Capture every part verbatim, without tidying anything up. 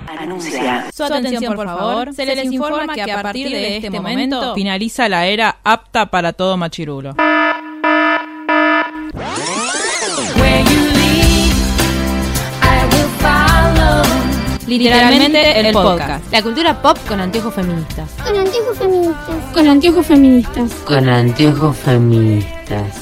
Anuncia. Su atención, por favor. Se les informa que a partir de este momento finaliza la era apta para todo machirulo. Literalmente el podcast. La cultura pop con anteojos feministas. Con anteojos feministas. Con anteojos feministas. Con anteojos feministas.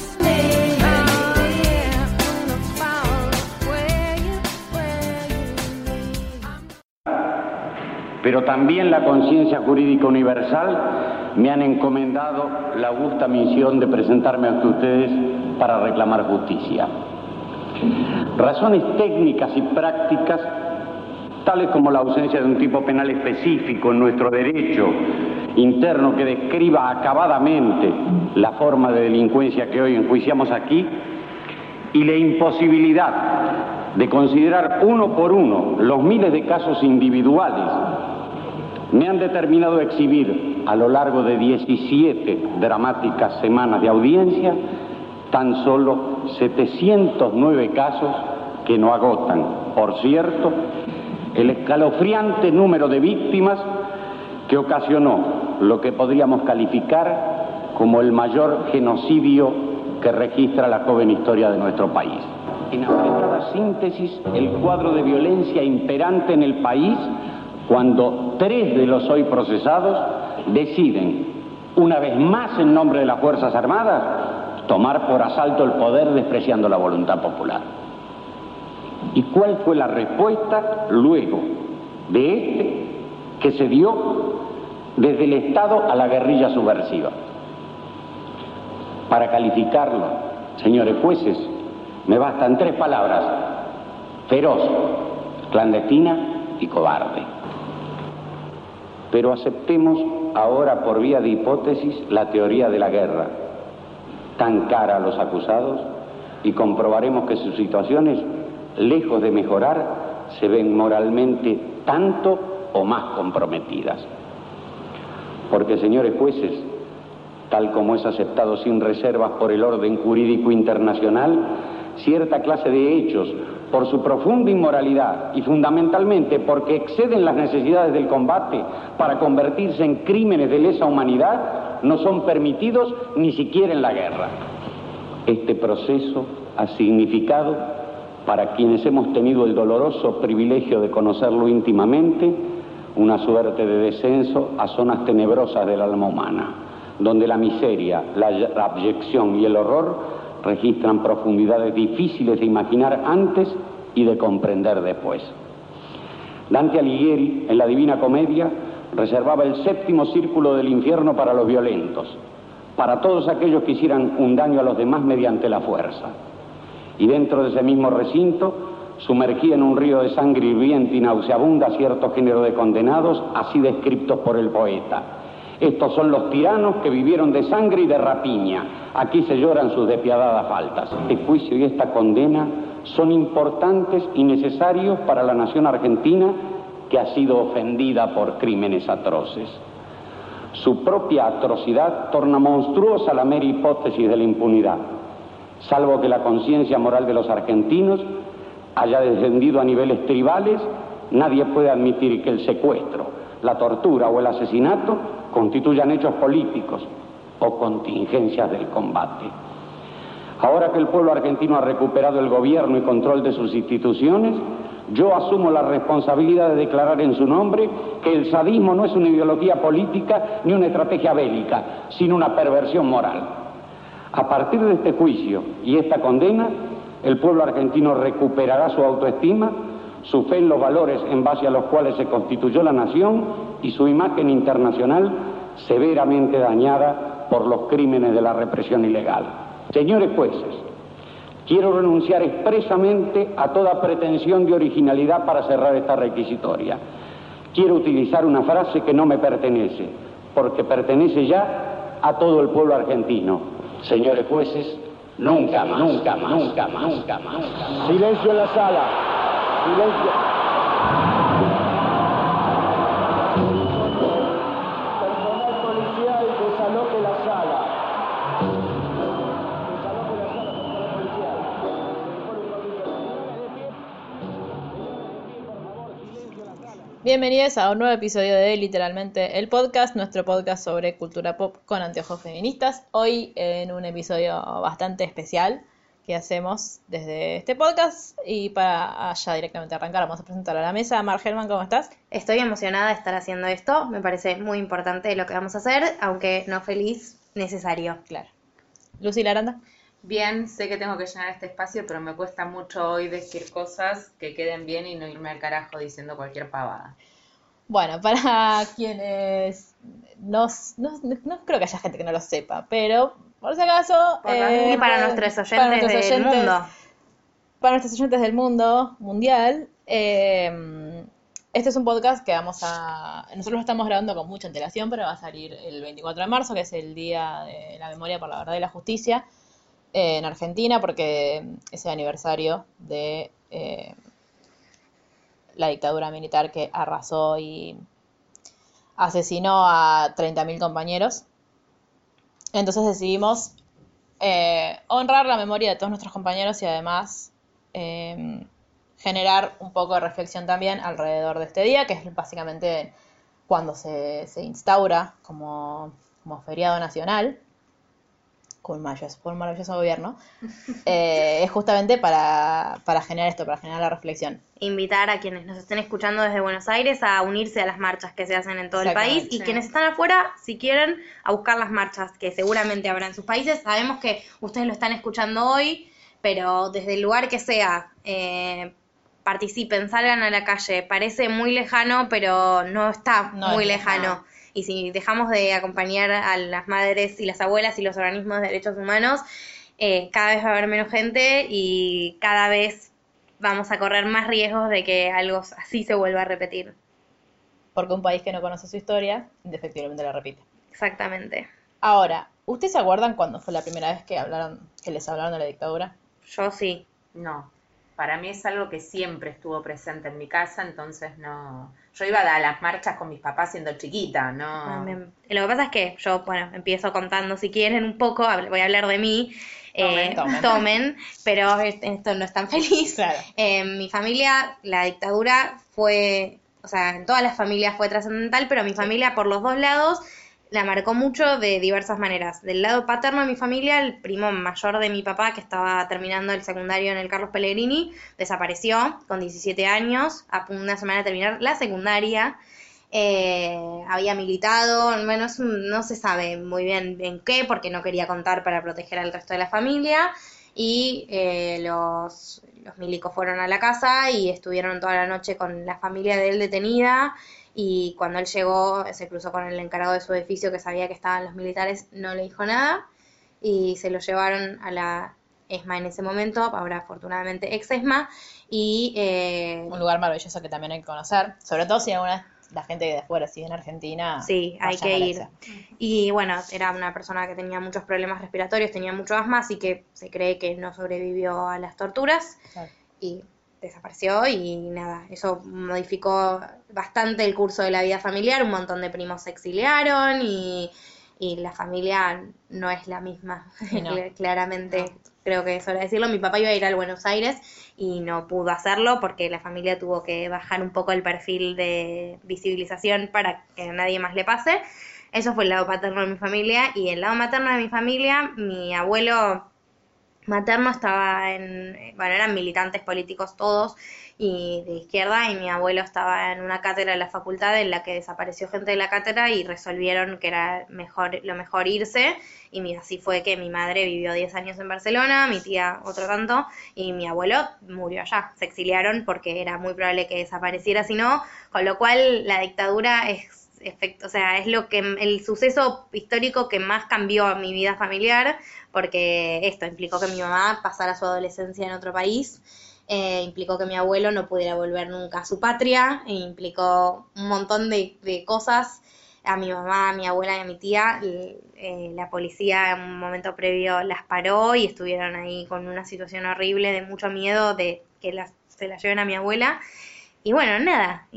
Pero también la conciencia jurídica universal me han encomendado la augusta misión de presentarme ante ustedes para reclamar justicia. Razones técnicas y prácticas, tales como la ausencia de un tipo penal específico en nuestro derecho interno que describa acabadamente la forma de delincuencia que hoy enjuiciamos aquí, y la imposibilidad de considerar uno por uno los miles de casos individuales, me han determinado exhibir a lo largo de diecisiete dramáticas semanas de audiencia tan solo setecientos nueve casos que no agotan, por cierto, el escalofriante número de víctimas que ocasionó lo que podríamos calificar como el mayor genocidio que registra la joven historia de nuestro país. En apretada síntesis, el cuadro de violencia imperante en el país cuando tres de los hoy procesados deciden, una vez más en nombre de las Fuerzas Armadas, tomar por asalto el poder despreciando la voluntad popular. ¿Y cuál fue la respuesta luego de este que se dio desde el Estado a la guerrilla subversiva? Para calificarlo, señores jueces, me bastan tres palabras: feroz, clandestina y cobarde. Pero aceptemos ahora por vía de hipótesis la teoría de la guerra, tan cara a los acusados, y comprobaremos que sus situaciones, lejos de mejorar, se ven moralmente tanto o más comprometidas. Porque, señores jueces, tal como es aceptado sin reservas por el orden jurídico internacional, cierta clase de hechos, por su profunda inmoralidad y fundamentalmente porque exceden las necesidades del combate para convertirse en crímenes de lesa humanidad, no son permitidos ni siquiera en la guerra. Este proceso ha significado, para quienes hemos tenido el doloroso privilegio de conocerlo íntimamente, una suerte de descenso a zonas tenebrosas del alma humana, donde la miseria, la abyección y el horror registran profundidades difíciles de imaginar antes y de comprender después. Dante Alighieri, en la Divina Comedia, reservaba el séptimo círculo del infierno para los violentos, para todos aquellos que hicieran un daño a los demás mediante la fuerza. Y dentro de ese mismo recinto, sumergía en un río de sangre hirviente y nauseabunda cierto género de condenados, así descriptos por el poeta. Estos son los tiranos que vivieron de sangre y de rapiña. Aquí se lloran sus despiadadas faltas. Este juicio y esta condena son importantes y necesarios para la nación argentina, que ha sido ofendida por crímenes atroces. Su propia atrocidad torna monstruosa la mera hipótesis de la impunidad, salvo que la conciencia moral de los argentinos haya descendido a niveles tribales. Nadie puede admitir que el secuestro, la tortura o el asesinato constituyan hechos políticos o contingencias del combate. Ahora que el pueblo argentino ha recuperado el gobierno y control de sus instituciones, yo asumo la responsabilidad de declarar en su nombre que el sadismo no es una ideología política ni una estrategia bélica, sino una perversión moral. A partir de este juicio y esta condena, el pueblo argentino recuperará su autoestima, su fe en los valores en base a los cuales se constituyó la nación y su imagen internacional severamente dañada por los crímenes de la represión ilegal. Señores jueces, quiero renunciar expresamente a toda pretensión de originalidad para cerrar esta requisitoria. Quiero utilizar una frase que no me pertenece, porque pertenece ya a todo el pueblo argentino. Señores jueces, nunca más, nunca más, nunca más, nunca más. Silencio en la sala. Silencio. Personal policial, desaloje la sala. Desaloje la sala, personal policial. Bienvenidos a un nuevo episodio de Literalmente el Podcast, nuestro podcast sobre cultura pop con anteojos feministas. Hoy en un episodio bastante especial que hacemos desde este podcast, y para ya directamente arrancar vamos a presentar a la mesa. Mar Gelman, ¿cómo estás? Estoy emocionada de estar haciendo esto, me parece muy importante lo que vamos a hacer, aunque no feliz, necesario. Claro. Lucy Laranda. Bien, sé que tengo que llenar este espacio, pero me cuesta mucho hoy decir cosas que queden bien y no irme al carajo diciendo cualquier pavada. Bueno, para quienes no, no, no creo que haya gente que no lo sepa, pero por si acaso... Eh, y para nuestros oyentes, para nuestros oyentes del mundo. Para nuestros oyentes del mundo mundial, eh, este es un podcast que vamos a... Nosotros lo estamos grabando con mucha antelación, pero va a salir el veinticuatro de marzo, que es el Día de la Memoria por la Verdad y la Justicia, en Argentina, porque es el aniversario de eh, la dictadura militar que arrasó y asesinó a treinta mil compañeros. Entonces decidimos eh, honrar la memoria de todos nuestros compañeros y además eh, generar un poco de reflexión también alrededor de este día, que es básicamente cuando se, se instaura como, como feriado nacional. Con un maravilloso, con un maravilloso gobierno, eh, es justamente para, para generar esto, para generar la reflexión. Invitar a quienes nos estén escuchando desde Buenos Aires a unirse a las marchas que se hacen en todo el país, y quienes están afuera, si quieren, a buscar las marchas que seguramente habrá en sus países. Sabemos que ustedes lo están escuchando hoy, pero desde el lugar que sea, eh, participen, salgan a la calle. Parece muy lejano, pero no está no muy lejano. lejano. Y si dejamos de acompañar a las madres y las abuelas y los organismos de derechos humanos, eh, cada vez va a haber menos gente y cada vez vamos a correr más riesgos de que algo así se vuelva a repetir. Porque un país que no conoce su historia, indefectiblemente la repite. Exactamente. Ahora, ¿ustedes se acuerdan cuándo fue la primera vez que hablaron, que les hablaron de la dictadura? Yo sí. No. Para mí es algo que siempre estuvo presente en mi casa, entonces no... Yo iba a las marchas con mis papás siendo chiquita, ¿no? Lo que pasa es que yo, bueno, empiezo contando, si quieren, un poco, voy a hablar de mí. Tomen, eh, tomen. tomen, pero esto no es tan feliz. Claro. En mi familia, la dictadura fue, o sea, en todas las familias fue trascendental, pero mi familia, por los dos lados, la marcó mucho de diversas maneras. Del lado paterno de mi familia, el primo mayor de mi papá, que estaba terminando el secundario en el Carlos Pellegrini, desapareció con diecisiete años, a una semana de terminar la secundaria. Eh, había militado, bueno, es un, no se sabe muy bien en qué, porque no quería contar para proteger al resto de la familia. Y eh, los, los milicos fueron a la casa y estuvieron toda la noche con la familia de él detenida. Y cuando él llegó, se cruzó con el encargado de su edificio, que sabía que estaban los militares, no le dijo nada, y se lo llevaron a la ESMA en ese momento, ahora afortunadamente ex ESMA, y... Eh, un lugar maravilloso que también hay que conocer, sobre todo si alguna la gente de afuera sigue en Argentina. Sí, hay que ir. Y bueno, era una persona que tenía muchos problemas respiratorios, tenía mucho asma, así que se cree que no sobrevivió a las torturas, claro. Y desapareció y nada, eso modificó bastante el curso de la vida familiar, un montón de primos se exiliaron y, y la familia no es la misma, no. Claramente, no. Creo que es hora de decirlo. Mi papá iba a ir al Buenos Aires y no pudo hacerlo porque la familia tuvo que bajar un poco el perfil de visibilización para que a nadie más le pase. Eso fue el lado paterno de mi familia, y el lado materno de mi familia, mi abuelo materno estaba en, bueno, eran militantes políticos todos y de izquierda, y mi abuelo estaba en una cátedra de la facultad en la que desapareció gente de la cátedra y resolvieron que era mejor lo mejor irse, y mira, así fue que mi madre vivió diez años en Barcelona, mi tía otro tanto, y mi abuelo murió allá, se exiliaron porque era muy probable que desapareciera si no, con lo cual la dictadura es efecto, o sea, es lo que el suceso histórico que más cambió mi vida familiar, porque esto implicó que mi mamá pasara su adolescencia en otro país, eh, implicó que mi abuelo no pudiera volver nunca a su patria, e implicó un montón de, de cosas. A mi mamá, a mi abuela y a mi tía, eh, la policía en un momento previo las paró y estuvieron ahí con una situación horrible de mucho miedo de que las, se la lleven a mi abuela. Y bueno, nada,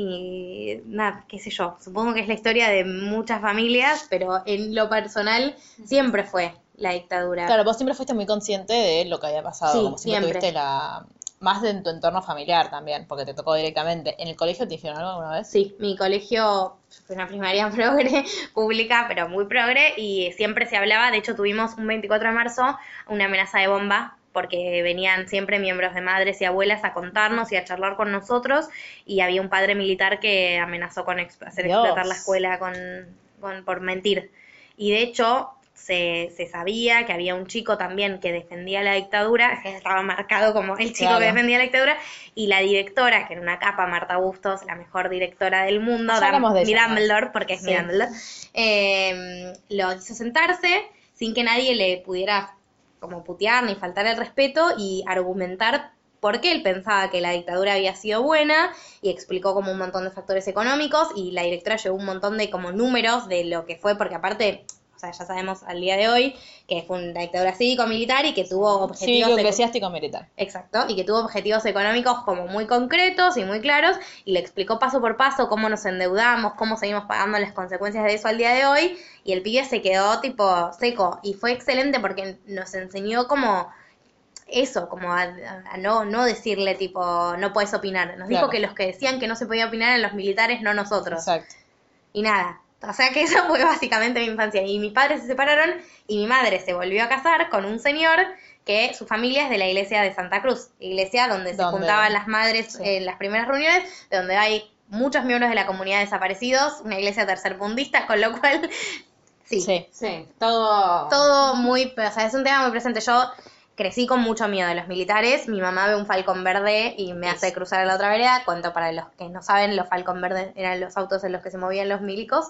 y nada, qué sé yo, supongo que es la historia de muchas familias, pero en lo personal siempre fue la dictadura. Claro, vos siempre fuiste muy consciente de lo que había pasado, sí, como siempre, siempre tuviste la, más de en tu entorno familiar también, porque te tocó directamente. ¿En el colegio te dijeron algo alguna vez? Sí, mi colegio fue una primaria progre, pública, pero muy progre, y siempre se hablaba, de hecho tuvimos un veinticuatro de marzo una amenaza de bomba, porque venían siempre miembros de madres y abuelas a contarnos y a charlar con nosotros, y había un padre militar que amenazó con exp- hacer Dios. explotar la escuela con, con por mentir. Y de hecho se, se sabía que había un chico también que defendía la dictadura, que estaba marcado como el chico Claro. que defendía la dictadura, y la directora, que era una capa, Marta Bustos, la mejor directora del mundo, Ya hablamos de mi ella, Dumbledore, porque es Sí. mi Dumbledore, eh, lo hizo sentarse sin que nadie le pudiera como putear ni faltar el respeto y argumentar por qué él pensaba que la dictadura había sido buena, y explicó como un montón de factores económicos, y la directora llevó un montón de como números de lo que fue, porque aparte, o sea, ya sabemos al día de hoy que fue una dictadura cívico-militar y que tuvo objetivos... Cívico, eco- eclesiástico, militar. Exacto, y que tuvo objetivos económicos como muy concretos y muy claros, y le explicó paso por paso cómo nos endeudamos, cómo seguimos pagando las consecuencias de eso al día de hoy, y el pibe se quedó tipo seco, y fue excelente porque nos enseñó como eso, como a, a no, no decirle tipo, no puedes opinar, nos dijo Claro. que los que decían que no se podía opinar eran los militares, no nosotros, Exacto. y nada. O sea que esa fue básicamente mi infancia. Y mis padres se separaron y mi madre se volvió a casar con un señor que su familia es de la iglesia de Santa Cruz, iglesia donde se ¿Dónde? juntaban las madres Sí. en las primeras reuniones, de donde hay muchos miembros de la comunidad desaparecidos, una iglesia tercermundista, con lo cual, sí, Sí. Sí, todo... todo muy, o sea, es un tema muy presente. Yo crecí con mucho miedo de los militares, mi mamá ve un falcón verde y me hace cruzar a la otra vereda. Cuento para los que no saben, los falcón verdes eran los autos en los que se movían los milicos.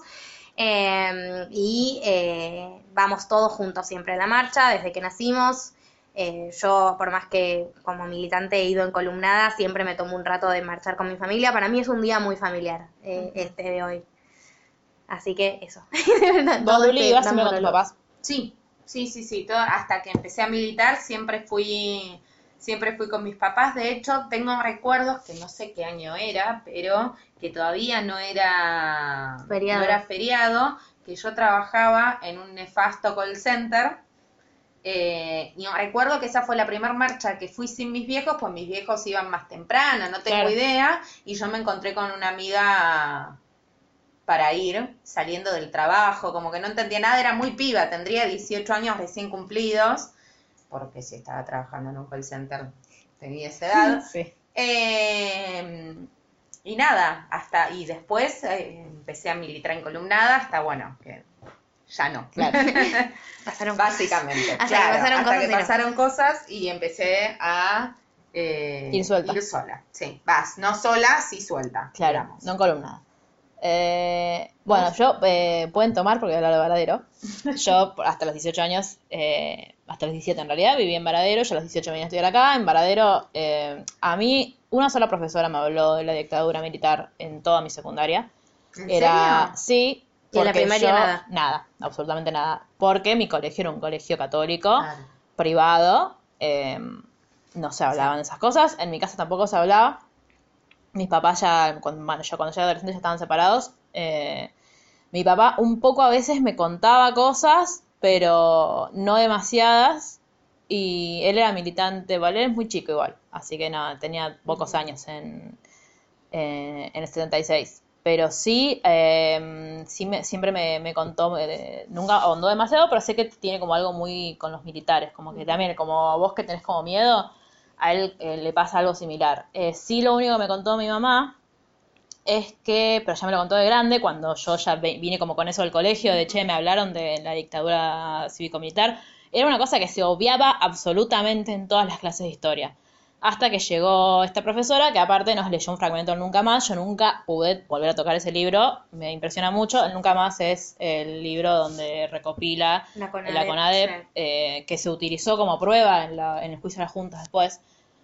Eh, y eh, vamos todos juntos siempre a la marcha, desde que nacimos. Eh, yo, por más que como militante he ido en columnada, siempre me tomo un rato de marchar con mi familia. Para mí es un día muy familiar, eh, este de hoy. Así que eso. ¿Vos, Todo Duli, este ibas gran siempre con tus monólogo. papás? Sí, sí, sí, sí, todo, hasta que empecé a militar siempre fui, siempre fui con mis papás. De hecho, tengo recuerdos que no sé qué año era, pero que todavía no era Feriado. no era feriado, que yo trabajaba en un nefasto call center. Eh, y recuerdo que esa fue la primera marcha que fui sin mis viejos, pues mis viejos iban más temprano, no tengo Claro. idea, y yo me encontré con una amiga para ir, saliendo del trabajo, como que no entendía nada, era muy piba, tendría dieciocho años recién cumplidos, porque si estaba trabajando en un call center tenía esa edad. Sí. Eh, y nada, hasta, y después eh, empecé a militar en columnada, hasta bueno, que ya no. Claro. Pasaron Básicamente, Hasta que claro, pasaron hasta cosas que y no. pasaron cosas y empecé a eh, Ir suelta. ir sola, sí, vas, no sola, sí suelta, Claro, digamos. no en columnada. Eh, bueno, yo, eh, pueden tomar porque voy a hablar de Varadero. Yo hasta los dieciocho años, eh, hasta los diecisiete en realidad, viví en Varadero. Yo a los dieciocho vine a estudiar acá. En Varadero, eh, a mí, una sola profesora me habló de la dictadura militar en toda mi secundaria. ¿En Era, serio? sí. ¿Y en la porque primaria yo- nada? Nada, absolutamente nada. Porque mi colegio era un colegio católico, Claro. privado, eh, no se hablaban de esas cosas. En mi casa tampoco se hablaba. Mis papás ya, cuando, bueno, yo cuando yo era adolescente ya estaban separados. Eh, mi papá un poco a veces me contaba cosas, pero no demasiadas. Y él era militante, ¿vale? Él es muy chico igual. Así que no, tenía pocos años en, eh, en el setenta y seis. Pero sí, eh, sí me, siempre me, me contó, eh, nunca ahondó demasiado, pero sé que tiene como algo muy con los militares. Como que también, como vos que tenés como miedo, a él eh, le pasa algo similar. Eh, sí, lo único que me contó mi mamá es que, pero ya me lo contó de grande, cuando yo ya ve- vine como con eso del colegio, de che, me hablaron de la dictadura cívico-militar, era una cosa que se obviaba absolutamente en todas las clases de historia. Hasta que llegó esta profesora, que aparte nos leyó un fragmento del Nunca Más. Yo nunca pude volver a tocar ese libro, me impresiona mucho. El Nunca Más es el libro donde recopila La CONADEP, la CONADEP, sí. eh, que se utilizó como prueba en, la- en el juicio de las juntas después.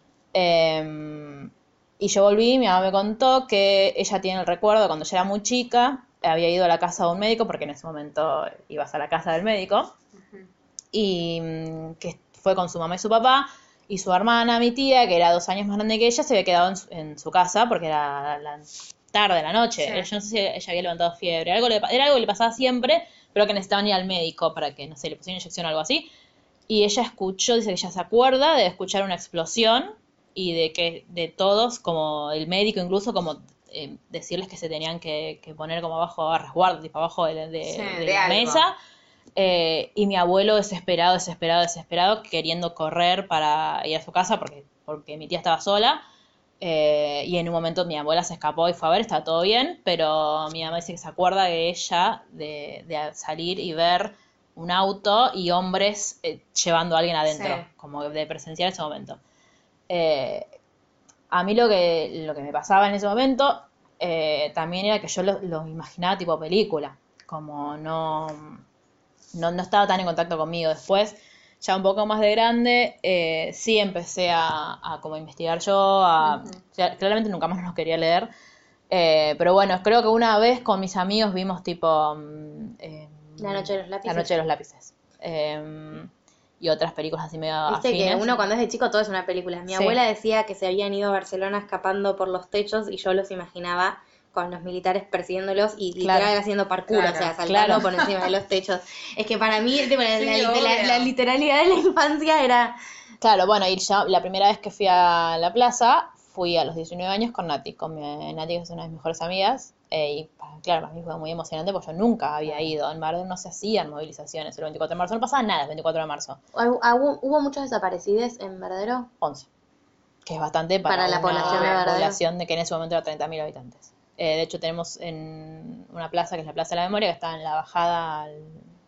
Eh, y yo volví, mi mamá me contó que ella tiene el recuerdo de cuando ella era muy chica, había ido a la casa de un médico, porque en ese momento ibas a la casa del médico, y mm, que fue con su mamá y su papá, y su hermana, mi tía, que era dos años más grande que ella, se había quedado en su, en su casa, porque era la tarde, la noche. Sí. Yo no sé si ella había levantado fiebre, algo le, era algo que le pasaba siempre, pero que necesitaban ir al médico para que, no sé, le pusieran inyección o algo así. Y ella escuchó, dice que ella se acuerda de escuchar una explosión y de que de todos, como el médico incluso, como eh, decirles que se tenían que, que poner como abajo a resguardo, tipo abajo de, de, Sí, de de la algo. mesa. Eh, y mi abuelo desesperado, desesperado, desesperado, queriendo correr para ir a su casa porque, porque mi tía estaba sola. Eh, y en un momento mi abuela se escapó y fue a ver, estaba todo bien, pero mi mamá dice que se acuerda de ella, de, de salir y ver un auto y hombres eh, llevando a alguien adentro, Sí. como de presenciar ese momento. Eh, a mí lo que, lo que me pasaba en ese momento eh, también era que yo lo, lo imaginaba tipo película, como no, no, no estaba tan en contacto conmigo. Después, ya un poco más de grande, eh, sí empecé a, a como investigar yo, a, Ujú. o sea, claramente nunca más los quería leer, eh, pero bueno, creo que una vez con mis amigos vimos tipo mm, eh, La noche de los lápices. La noche de los lápices. Eh, y otras películas así medio Viste afines. que uno cuando es de chico todo es una película. Mi Sí. abuela decía que se habían ido a Barcelona escapando por los techos y yo los imaginaba con los militares persiguiéndolos y literal Claro. haciendo parkour, Claro, o sea, saltando claro. por encima de los techos. Es que para mí tipo, la, Sí, la- la- obvio. la literalidad de la infancia era... Claro, bueno, y ya la primera vez que fui a la plaza, fui a los diecinueve años con Nati, con mi, Nati, que es una de mis mejores amigas, eh, y pa- claro, para mí fue muy emocionante porque yo nunca había ido. En Mar del no se hacían movilizaciones el veinticuatro de marzo, no pasaba nada el veinticuatro de marzo, ¿Hubo, hubo- hubo muchos desaparecidos en Verdadero? once, que es bastante para, Para la una población de Verdadero. población de que en ese momento era treinta mil habitantes. Eh, de hecho, tenemos en una plaza que es la Plaza de la Memoria, que está en la bajada al,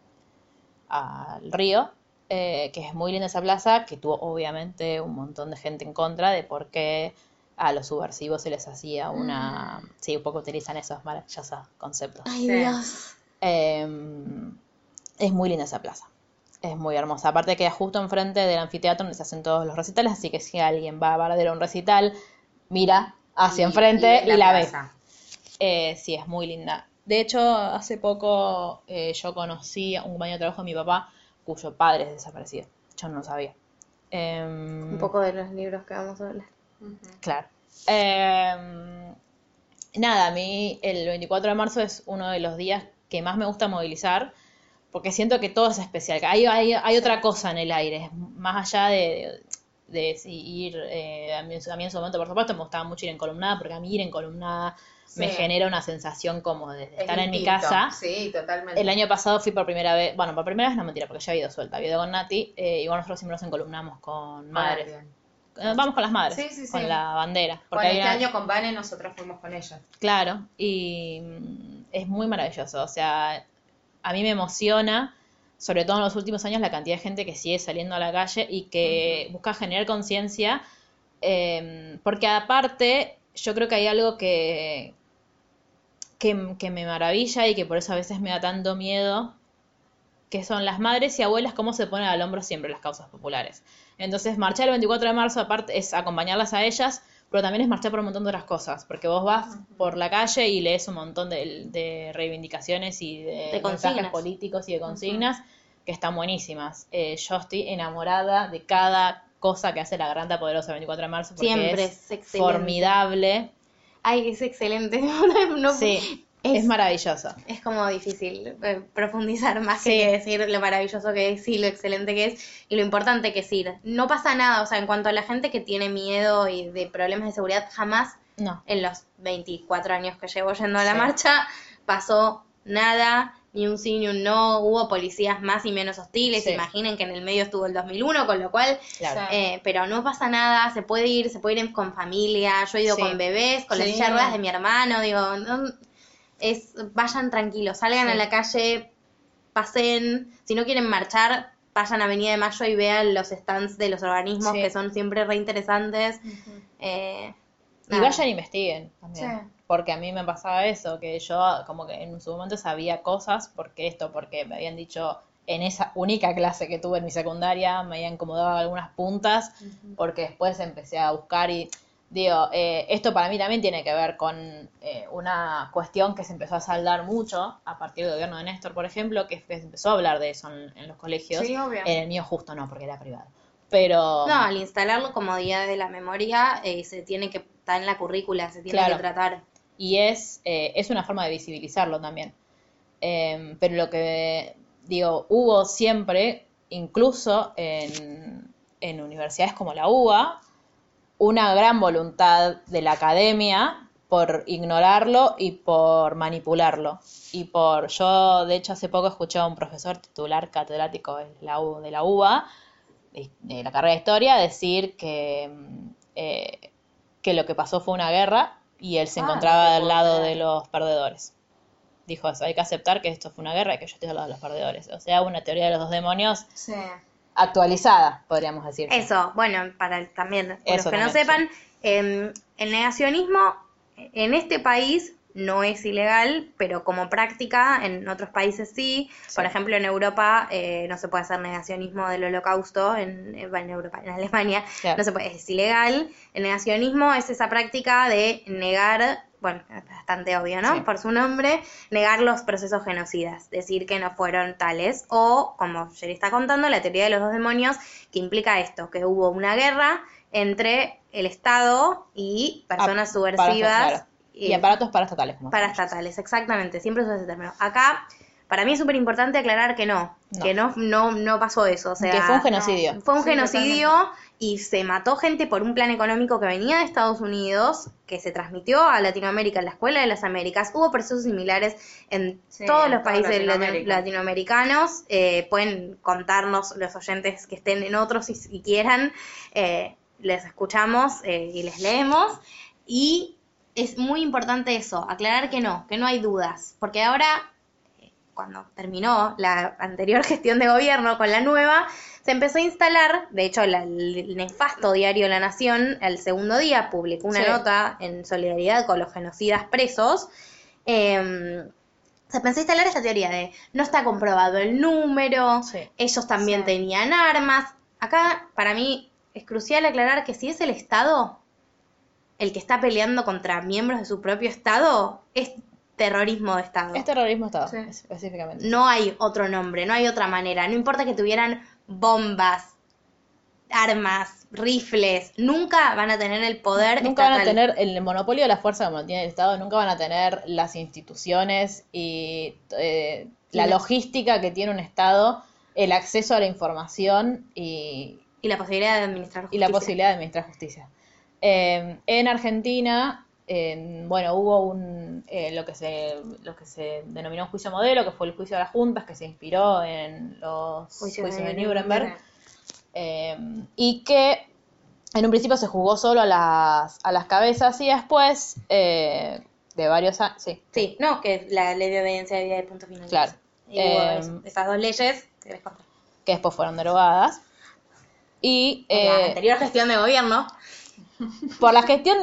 al río, eh, que es muy linda esa plaza, que tuvo obviamente un montón de gente en contra de por qué a los subversivos se les hacía una... Sí, un poco utilizan esos maravillosos conceptos. Ay, Sí. Dios. Eh, es muy linda esa plaza. Es muy hermosa. Aparte queda justo enfrente del anfiteatro donde se hacen todos los recitales, así que si alguien va a Varadero a un recital, mira hacia Y- enfrente y, ves la ve. plaza. Eh, sí, es muy linda. De hecho, hace poco eh, yo conocí a un compañero de trabajo de mi papá cuyo padre es desaparecido. Yo no lo sabía. Em, Un poco de los libros que vamos a hablar. Ujú. Claro. Em, nada, a mí el veinticuatro de marzo es uno de los días que más me gusta movilizar porque siento que todo es especial. Hay, hay, hay otra cosa en el aire, más allá de, de, de si ir, eh, a, mí, a mí en su momento, por supuesto, me gustaba mucho ir en columnada, porque a mí ir en columnada me Sí. genera una sensación como de Es estar en mi distinto. casa. Sí, totalmente. El año pasado fui por primera vez, bueno, por primera vez no mentira, porque ya había ido suelta, había ido con Nati, eh, igual nosotros siempre nos encolumnamos con madres. Ah, bien. Eh, Vamos con las madres, Sí, sí, sí. con la bandera. Bueno, Porque hay este una- año con Vane nosotros fuimos con ella. Claro, y mm, es muy maravilloso. O sea, a mí me emociona, sobre todo en los últimos años, la cantidad de gente que sigue saliendo a la calle y que busca generar conciencia, eh, porque aparte, yo creo que hay algo que, que, que me maravilla y que por eso a veces me da tanto miedo, que son las madres y abuelas cómo se ponen al hombro siempre las causas populares. Entonces, marchar el veinticuatro de marzo, aparte, es acompañarlas a ellas, pero también es marchar por un montón de otras cosas, porque vos vas por la calle y lees un montón de, de reivindicaciones y de, De mensajes consignas. políticos y de consignas que están buenísimas. Eh, yo estoy enamorada de cada cosa que hace la Garganta Poderosa el veinticuatro de marzo, porque Siempre es, es excelente. formidable. Ay, es excelente. No- Sí, es, es maravilloso. es como difícil eh, profundizar más Sí. que decir lo maravilloso que es y lo excelente que es y lo importante que es ir. No pasa nada, o sea, en cuanto a la gente que tiene miedo y de problemas de seguridad, jamás No. en los veinticuatro años que llevo yendo a la Sí. marcha pasó nada, ni un sí ni un no, hubo policías más y menos hostiles, Sí. imaginen que en el medio estuvo el dos mil uno, con lo cual, Claro. eh, pero no pasa nada, se puede ir, se puede ir con familia, yo he ido Sí. con bebés, con la Sí. silla de ruedas de mi hermano, digo, no, es, vayan tranquilos, salgan Sí. a la calle, pasen, si no quieren marchar, vayan a Avenida de Mayo y vean los stands de los organismos Sí. que son siempre re interesantes. Eh, Y nada. vayan e investiguen también. Sí. Porque a mí me pasaba eso, que yo como que en su momento sabía cosas, porque esto, porque me habían dicho en esa única clase que tuve en mi secundaria, me habían incomodado algunas puntas, porque después empecé a buscar y digo, eh, esto para mí también tiene que ver con eh, una cuestión que se empezó a saldar mucho a partir del gobierno de Néstor, por ejemplo, que, que se empezó a hablar de eso en, en los colegios. Sí, obvio. En el mío justo no, porque era privado. Pero... No, al instalarlo como Día de la Memoria, eh, se tiene que estar en la currícula, se tiene Claro. que tratar. Y es, eh, es una forma de visibilizarlo también. Eh, pero lo que digo, hubo siempre, incluso en, en universidades como la U B A, una gran voluntad de la academia por ignorarlo y por manipularlo. Y por, yo de hecho hace poco escuché a un profesor titular catedrático de la, U, de la UBA, de, de la carrera de historia, decir que, eh, que lo que pasó fue una guerra y él se Ah, encontraba no te del puedo lado creer. de los perdedores. Dijo eso, hay que aceptar que esto fue una guerra y que yo estoy del lado de los perdedores. O sea, una teoría de los dos demonios Sí. actualizada, podríamos decir. Eso, bueno, para el- también, para los Eso que no también, sepan, eh, el negacionismo en este país no es ilegal, pero como práctica en otros países sí. Sí. Por ejemplo, en Europa eh, no se puede hacer negacionismo del holocausto, en, en Europa, en Alemania Claro. no se puede, es ilegal. El negacionismo es esa práctica de negar, bueno, es bastante obvio, ¿no? Sí. Por su nombre, negar los procesos genocidas, decir que no fueron tales, o, como Jerry está contando, la teoría de los dos demonios, que implica esto, que hubo una guerra entre el Estado y personas Ah, subversivas. para- claro. Y eh, aparatos paraestatales. Como se llama. paraestatales, exactamente, siempre uso ese término. Acá, para mí es súper importante aclarar que no, No. que no, no, no pasó eso. O sea, Que fue un genocidio. no, fue un Sí, genocidio y se mató gente por un plan económico que venía de Estados Unidos, que se transmitió a Latinoamérica en la Escuela de las Américas. Hubo procesos similares en Sí, todos en los toda países latino- Latinoamérica. latinoamericanos. Eh, pueden contarnos los oyentes que estén en otros y, y quieran. Eh, les escuchamos eh, y les leemos. Y es muy importante eso, aclarar que no, que no hay dudas, porque ahora, eh, cuando terminó la anterior gestión de gobierno con la nueva, se empezó a instalar, de hecho la- el nefasto diario La Nación, el segundo día publicó una Sí. nota en solidaridad con los genocidas presos. eh, Se empezó a instalar esta teoría de no está comprobado el número, Sí. ellos también Sí. tenían armas. Acá, para mí, es crucial aclarar que si es el Estado el que está peleando contra miembros de su propio Estado, es terrorismo de Estado. Es terrorismo de Estado, Sí. específicamente. No hay otro nombre, no hay otra manera. No importa que tuvieran bombas, armas, rifles, nunca van a tener el poder Nunca van a estatal. tener el monopolio de la fuerza como lo tiene el Estado, nunca van a tener las instituciones y eh, la Y la- logística que tiene un Estado, el acceso a la información y, Y la posibilidad de administrar y justicia. la posibilidad de administrar justicia. Eh, en Argentina, eh, bueno, hubo un eh, lo que se lo que se denominó un juicio modelo, que fue el juicio de las juntas, que se inspiró en los Juicio juicios de de Nuremberg. Nuremberg. Eh, y que en un principio se jugó solo a las, a las cabezas y después eh, de varios años, sí, Sí, no, que la ley de obediencia debía de punto final. Claro. Y hubo Eh, eso, esas dos leyes que les conté. que después fueron derogadas. Y En la eh, anterior gestión de gobierno. por la gestión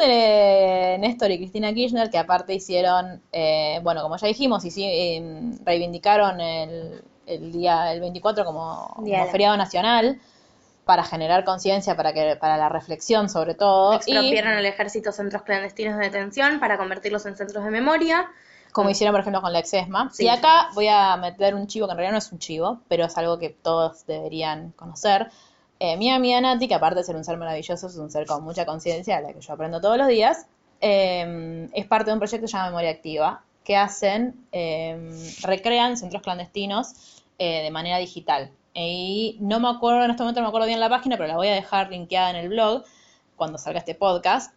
de Néstor y Cristina Kirchner, que aparte hicieron, eh, bueno, como ya dijimos, hici- eh, reivindicaron el, el día el veinticuatro como, como Día de la- feriado nacional para generar conciencia, para que para la reflexión sobre todo. Y Expropiaron al ejército centros clandestinos de detención para convertirlos en centros de memoria. como hicieron, por ejemplo, con la Exesma. Sí. Y acá voy a meter un chivo, que en realidad no es un chivo, pero es algo que todos deberían conocer. Eh, mi amiga Nati, que aparte de ser un ser maravilloso, es un ser con mucha conciencia, a la que yo aprendo todos los días, eh, es parte de un proyecto llamado Memoria Activa, que hacen, eh, recrean centros clandestinos eh, de manera digital. Y no me acuerdo, en este momento no me acuerdo bien la página, pero la voy a dejar linkeada en el blog cuando salga este podcast,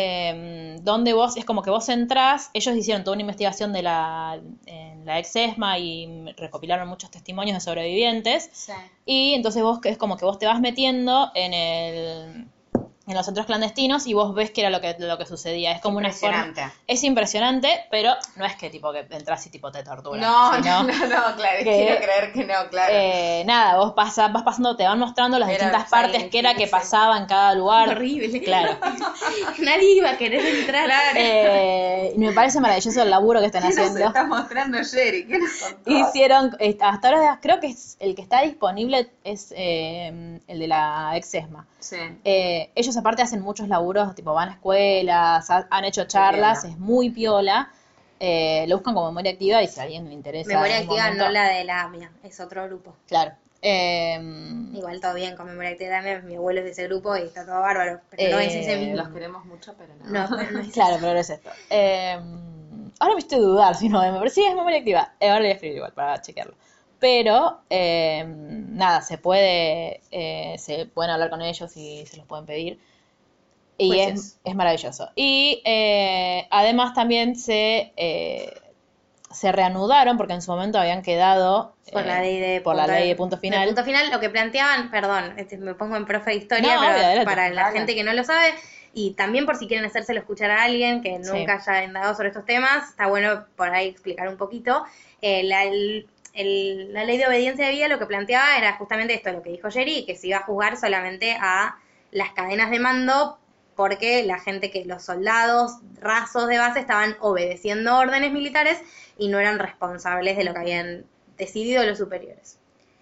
eh, donde vos, es como que vos entrás, ellos hicieron toda una investigación de la, en la Exesma y recopilaron muchos testimonios de sobrevivientes, Sí. y entonces vos, es como que vos te vas metiendo en el en los centros clandestinos y vos ves que era lo que lo que sucedía. Es como una forma, Impresionante. es impresionante, pero no es que tipo que entras y tipo te torturan. No, sino, no, no, no, claro, que- quiero creer que no, claro. eh, nada, vos pasas, vas pasando, te van mostrando las Era distintas Silent partes que era Hill, que sí. pasaba en cada lugar. Horrible. Claro. Nadie iba a querer entrar. Claro. Eh, y me parece maravilloso el laburo que están ¿Qué nos haciendo. está mostrando Jerry? ¿Qué nos contó? Hicieron, eh, hasta ahora creo que es, el que está disponible es eh, el de la Exesma. Sí. Eh, ellos aparte hacen muchos laburos, tipo van a escuelas, ha- han hecho charlas, piola. es muy piola. Eh, lo buscan como memoria activa y si a alguien le interesa. Memoria en algún activa, momento- no la de la AMIA, es otro grupo. Claro. Eh, Igual todo bien con Memoria activa también, mi abuelo es de ese grupo y está todo bárbaro, pero no es ese Eh, mismo. Los queremos mucho, pero no. No, pero no es claro, pero no es esto. Eh, ahora me estoy dudar si no, pero sí es memoria activa. Eh, ahora le voy a escribir igual para chequearlo. Pero, eh, nada, se puede, eh, se pueden hablar con ellos y se los pueden pedir. Y Juicios. es, es maravilloso. Y eh, además también se, eh, se reanudaron, porque en su momento habían quedado Por eh, la ley de por la punto, ley de punto final. de punto final, lo que planteaban, perdón, este, me pongo en profe de historia, No, pero obvio, adelante. para la Dale. gente que no lo sabe, y también por si quieren hacérselo escuchar a alguien que nunca haya indagado sobre estos temas, está bueno por ahí explicar un poquito. Eh, la, el- el- la ley de obediencia de vida lo que planteaba era justamente esto, lo que dijo Jerry, que se iba a juzgar solamente a las cadenas de mando, porque la gente que los soldados rasos de base estaban obedeciendo órdenes militares y no eran responsables de lo que habían decidido los superiores.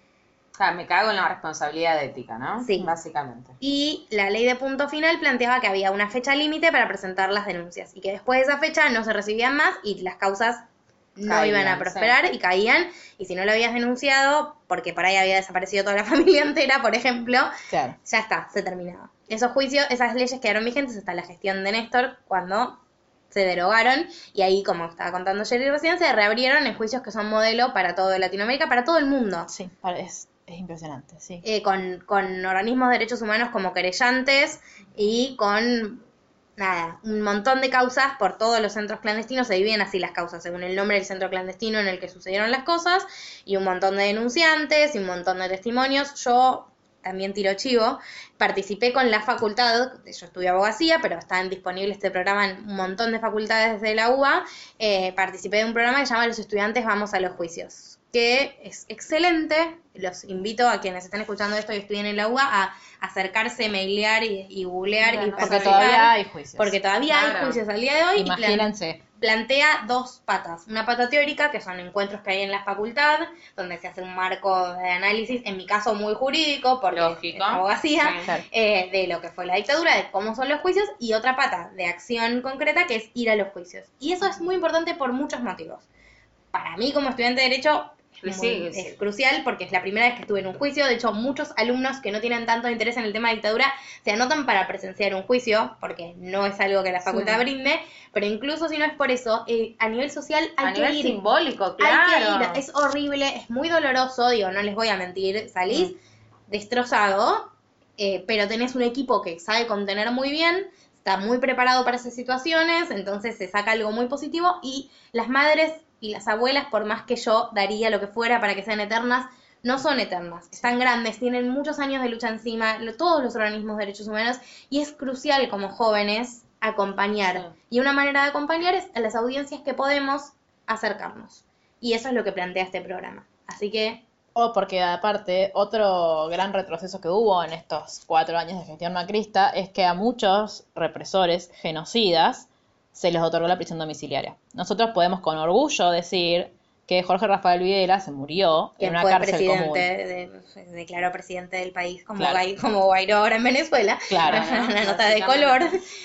Ah, me cago en la responsabilidad ética, ¿no? Sí. Básicamente. Y la ley de punto final planteaba que había una fecha límite para presentar las denuncias y que después de esa fecha no se recibían más y las causas no Caían, iban a prosperar sí. y caían, y si no lo habías denunciado, porque por ahí había desaparecido toda la familia entera, por ejemplo, Claro. ya está, se terminaba. Esos juicios, esas leyes quedaron vigentes hasta la gestión de Néstor, cuando se derogaron, y ahí, como estaba contando Jerry recién, se reabrieron en juicios que son modelo para toda Latinoamérica, para todo el mundo. Sí, para- es, es impresionante, sí. Eh, con, con organismos de derechos humanos como querellantes y con, nada, un montón de causas por todos los centros clandestinos. Se dividen así las causas, según el nombre del centro clandestino en el que sucedieron las cosas, y un montón de denunciantes y un montón de testimonios. Yo también tiro chivo, participé con la facultad, yo estudié abogacía, pero está disponible este programa en un montón de facultades de la U B A, eh, participé de un programa que se llama Los estudiantes vamos a los juicios, que es excelente. Los invito a quienes estén escuchando esto y estudien en la U B A a acercarse, mailear y, y googlear Mira, y no Porque participar, todavía hay juicios. porque todavía hay Claro. juicios al día de hoy. y plan- Imagínense. plantea dos patas. Una pata teórica, que son encuentros que hay en la facultad, donde se hace un marco de análisis, en mi caso muy jurídico, porque Lógico. es abogacía, Sí. Claro. eh, de lo que fue la dictadura, de cómo son los juicios, y otra pata de acción concreta, que es ir a los juicios. Y eso es muy importante por muchos motivos. Para mí, como estudiante de Derecho, Sí, muy- sí, es sí. crucial, porque es la primera vez que estuve en un juicio. De hecho, muchos alumnos que no tienen tanto interés en el tema de dictadura se anotan para presenciar un juicio, porque no es algo que la facultad brinde, pero incluso si no es por eso, eh, a nivel social hay A que nivel ir. simbólico, Hay claro. que ir, es horrible, es muy doloroso, digo, no les voy a mentir, salís destrozado, eh, pero tenés un equipo que sabe contener muy bien, está muy preparado para esas situaciones, entonces se saca algo muy positivo, y las madres y las abuelas, por más que yo daría lo que fuera para que sean eternas, no son eternas, están grandes, tienen muchos años de lucha encima, lo- todos los organismos de derechos humanos, y es crucial como jóvenes acompañar. Y una manera de acompañar es a las audiencias que podemos acercarnos. Y eso es lo que plantea este programa. Así que, O porque aparte, otro gran retroceso que hubo en estos cuatro años de gestión macrista es que a muchos represores genocidas se les otorgó la prisión domiciliaria. Nosotros podemos con orgullo decir que Jorge Rafael Videla se murió quien en una fue cárcel presidente, común. de- se declaró presidente del país, como, Claro. Gai- como Guaidó ahora en Venezuela. Claro. Una nota de color.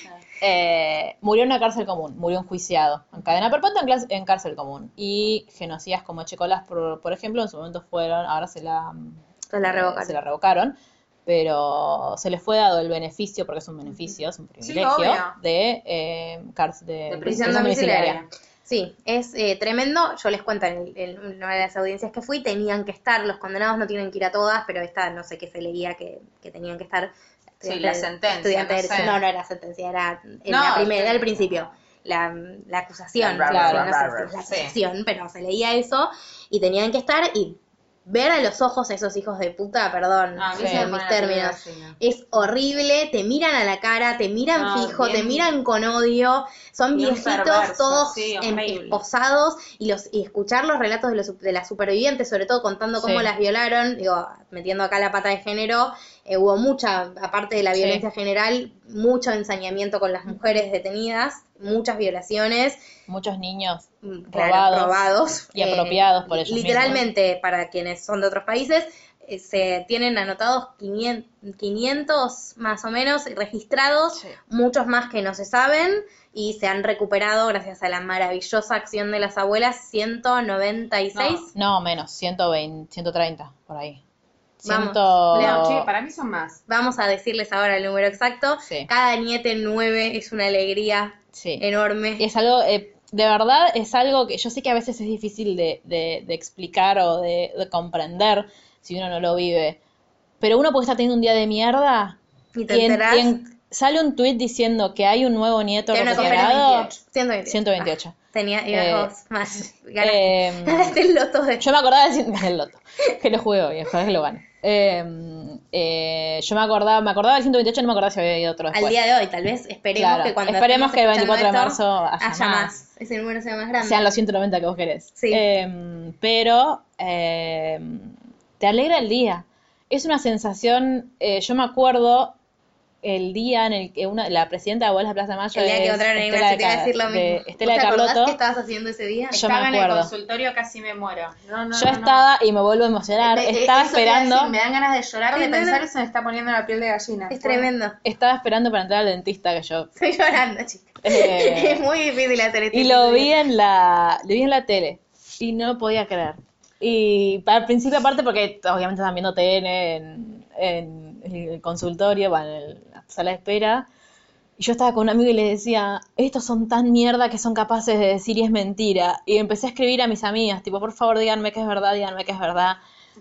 Eh, murió en una cárcel común, murió enjuiciado, en cadena perpetua en, clas- en cárcel común. Y genocidas como Echecolás, por, por ejemplo, en su momento fueron, ahora se la, Se la eh, revocaron. se la revocaron, pero se les fue dado el beneficio, porque es un beneficio, es un privilegio, obvio. de, eh, cárcel, de, De Prisión domiciliaria. Sí, es eh, tremendo. Yo les cuento, en, el- en una de las audiencias que fui, tenían que estar, los condenados no tienen que ir a todas, pero esta no sé qué se leía que, que tenían que estar. Sí, la sentencia, estudiante de no sé. derecho. No, no era sentencia, era en No, la primera, era al sí. principio. La, la acusación, La- claro, no sé si es la sí. acusación, pero se leía eso y tenían que estar y ver a los ojos a esos hijos de puta, perdón, Ah, a mí en se me mis pone la términos, piel gallina. es horrible, te miran a la cara, te miran No, fijo, te bien- miran con odio, son bien viejitos perverso, todos sí, en- horrible. esposados, y los y escuchar los relatos de, los, de las supervivientes, sobre todo contando cómo Sí. las violaron, digo, metiendo acá la pata de género, eh, hubo mucha, aparte de la Sí. violencia general, mucho ensañamiento con las mujeres detenidas, muchas violaciones, muchos niños mm, claro, robados, robados y apropiados por ellos literalmente, para quienes son de otros países, eh, se tienen anotados quinientos, quinientos más o menos registrados, Sí. muchos más que no se saben, y se han recuperado gracias a la maravillosa acción de las abuelas, ciento noventa y seis. No, menos, ciento veinte, ciento treinta, por ahí. Vamos, Ciento... Leo, che, para mí son más. Vamos a decirles ahora el número exacto. Sí. Cada niete nueve es una alegría Sí. enorme. Es algo, eh, de verdad, es algo que yo sé que a veces es difícil de, de, de explicar o de, de comprender si uno no lo vive. Pero uno puede estar teniendo un día de mierda Y te en- enterás. en sale un tuit diciendo que hay un nuevo nieto Tiene una recuperado. ciento veintiocho. ciento veintiocho. Ah, tenía, iba Eh, dos más. Ganaste, eh, ganaste el loto de... Yo me acordaba del el loto, que lo jugué hoy, ojalá que lo gane. Eh, eh, yo me acordaba, me acordaba del ciento veintiocho, no me acordaba si había ido otro después. Al día de hoy, tal vez esperemos Claro, que cuando esperemos estemos que el escuchando veinticuatro de esto, marzo haya más. Ese número sea más grande. Sean los ciento noventa que vos querés. Sí. Eh, pero eh, te alegra el día. Es una sensación, eh, yo me acuerdo el día en el que una, la presidenta de Abuelas de Plaza de Mayo El día que es votaron en Estela Ignacio, te iba a decir lo de, mismo. de Estela de ¿Vos te acordás Carlotto. qué estabas haciendo ese día? Yo Estaba me en el acuerdo. consultorio, casi me muero. No, no, Yo no, no. estaba y me vuelvo a emocionar. Eh, eh, Estaba eso te iba a decir, esperando, me dan ganas de llorar Sí, de no, pensar no. y se me está poniendo la piel de gallina. Es tremendo. estaba esperando para entrar al dentista que yo. Estoy llorando, chicos. Eh, Es muy difícil hacer esto. Y lo vi en la, lo vi en la tele y no podía creer. Y al principio aparte porque obviamente estaban viendo T N en, en el consultorio, bueno, en la sala de espera, y yo estaba con un amigo y le decía, estos son tan mierda que son capaces de decir y es mentira. Y empecé a escribir a mis amigas, tipo, por favor díganme que es verdad, díganme que es verdad.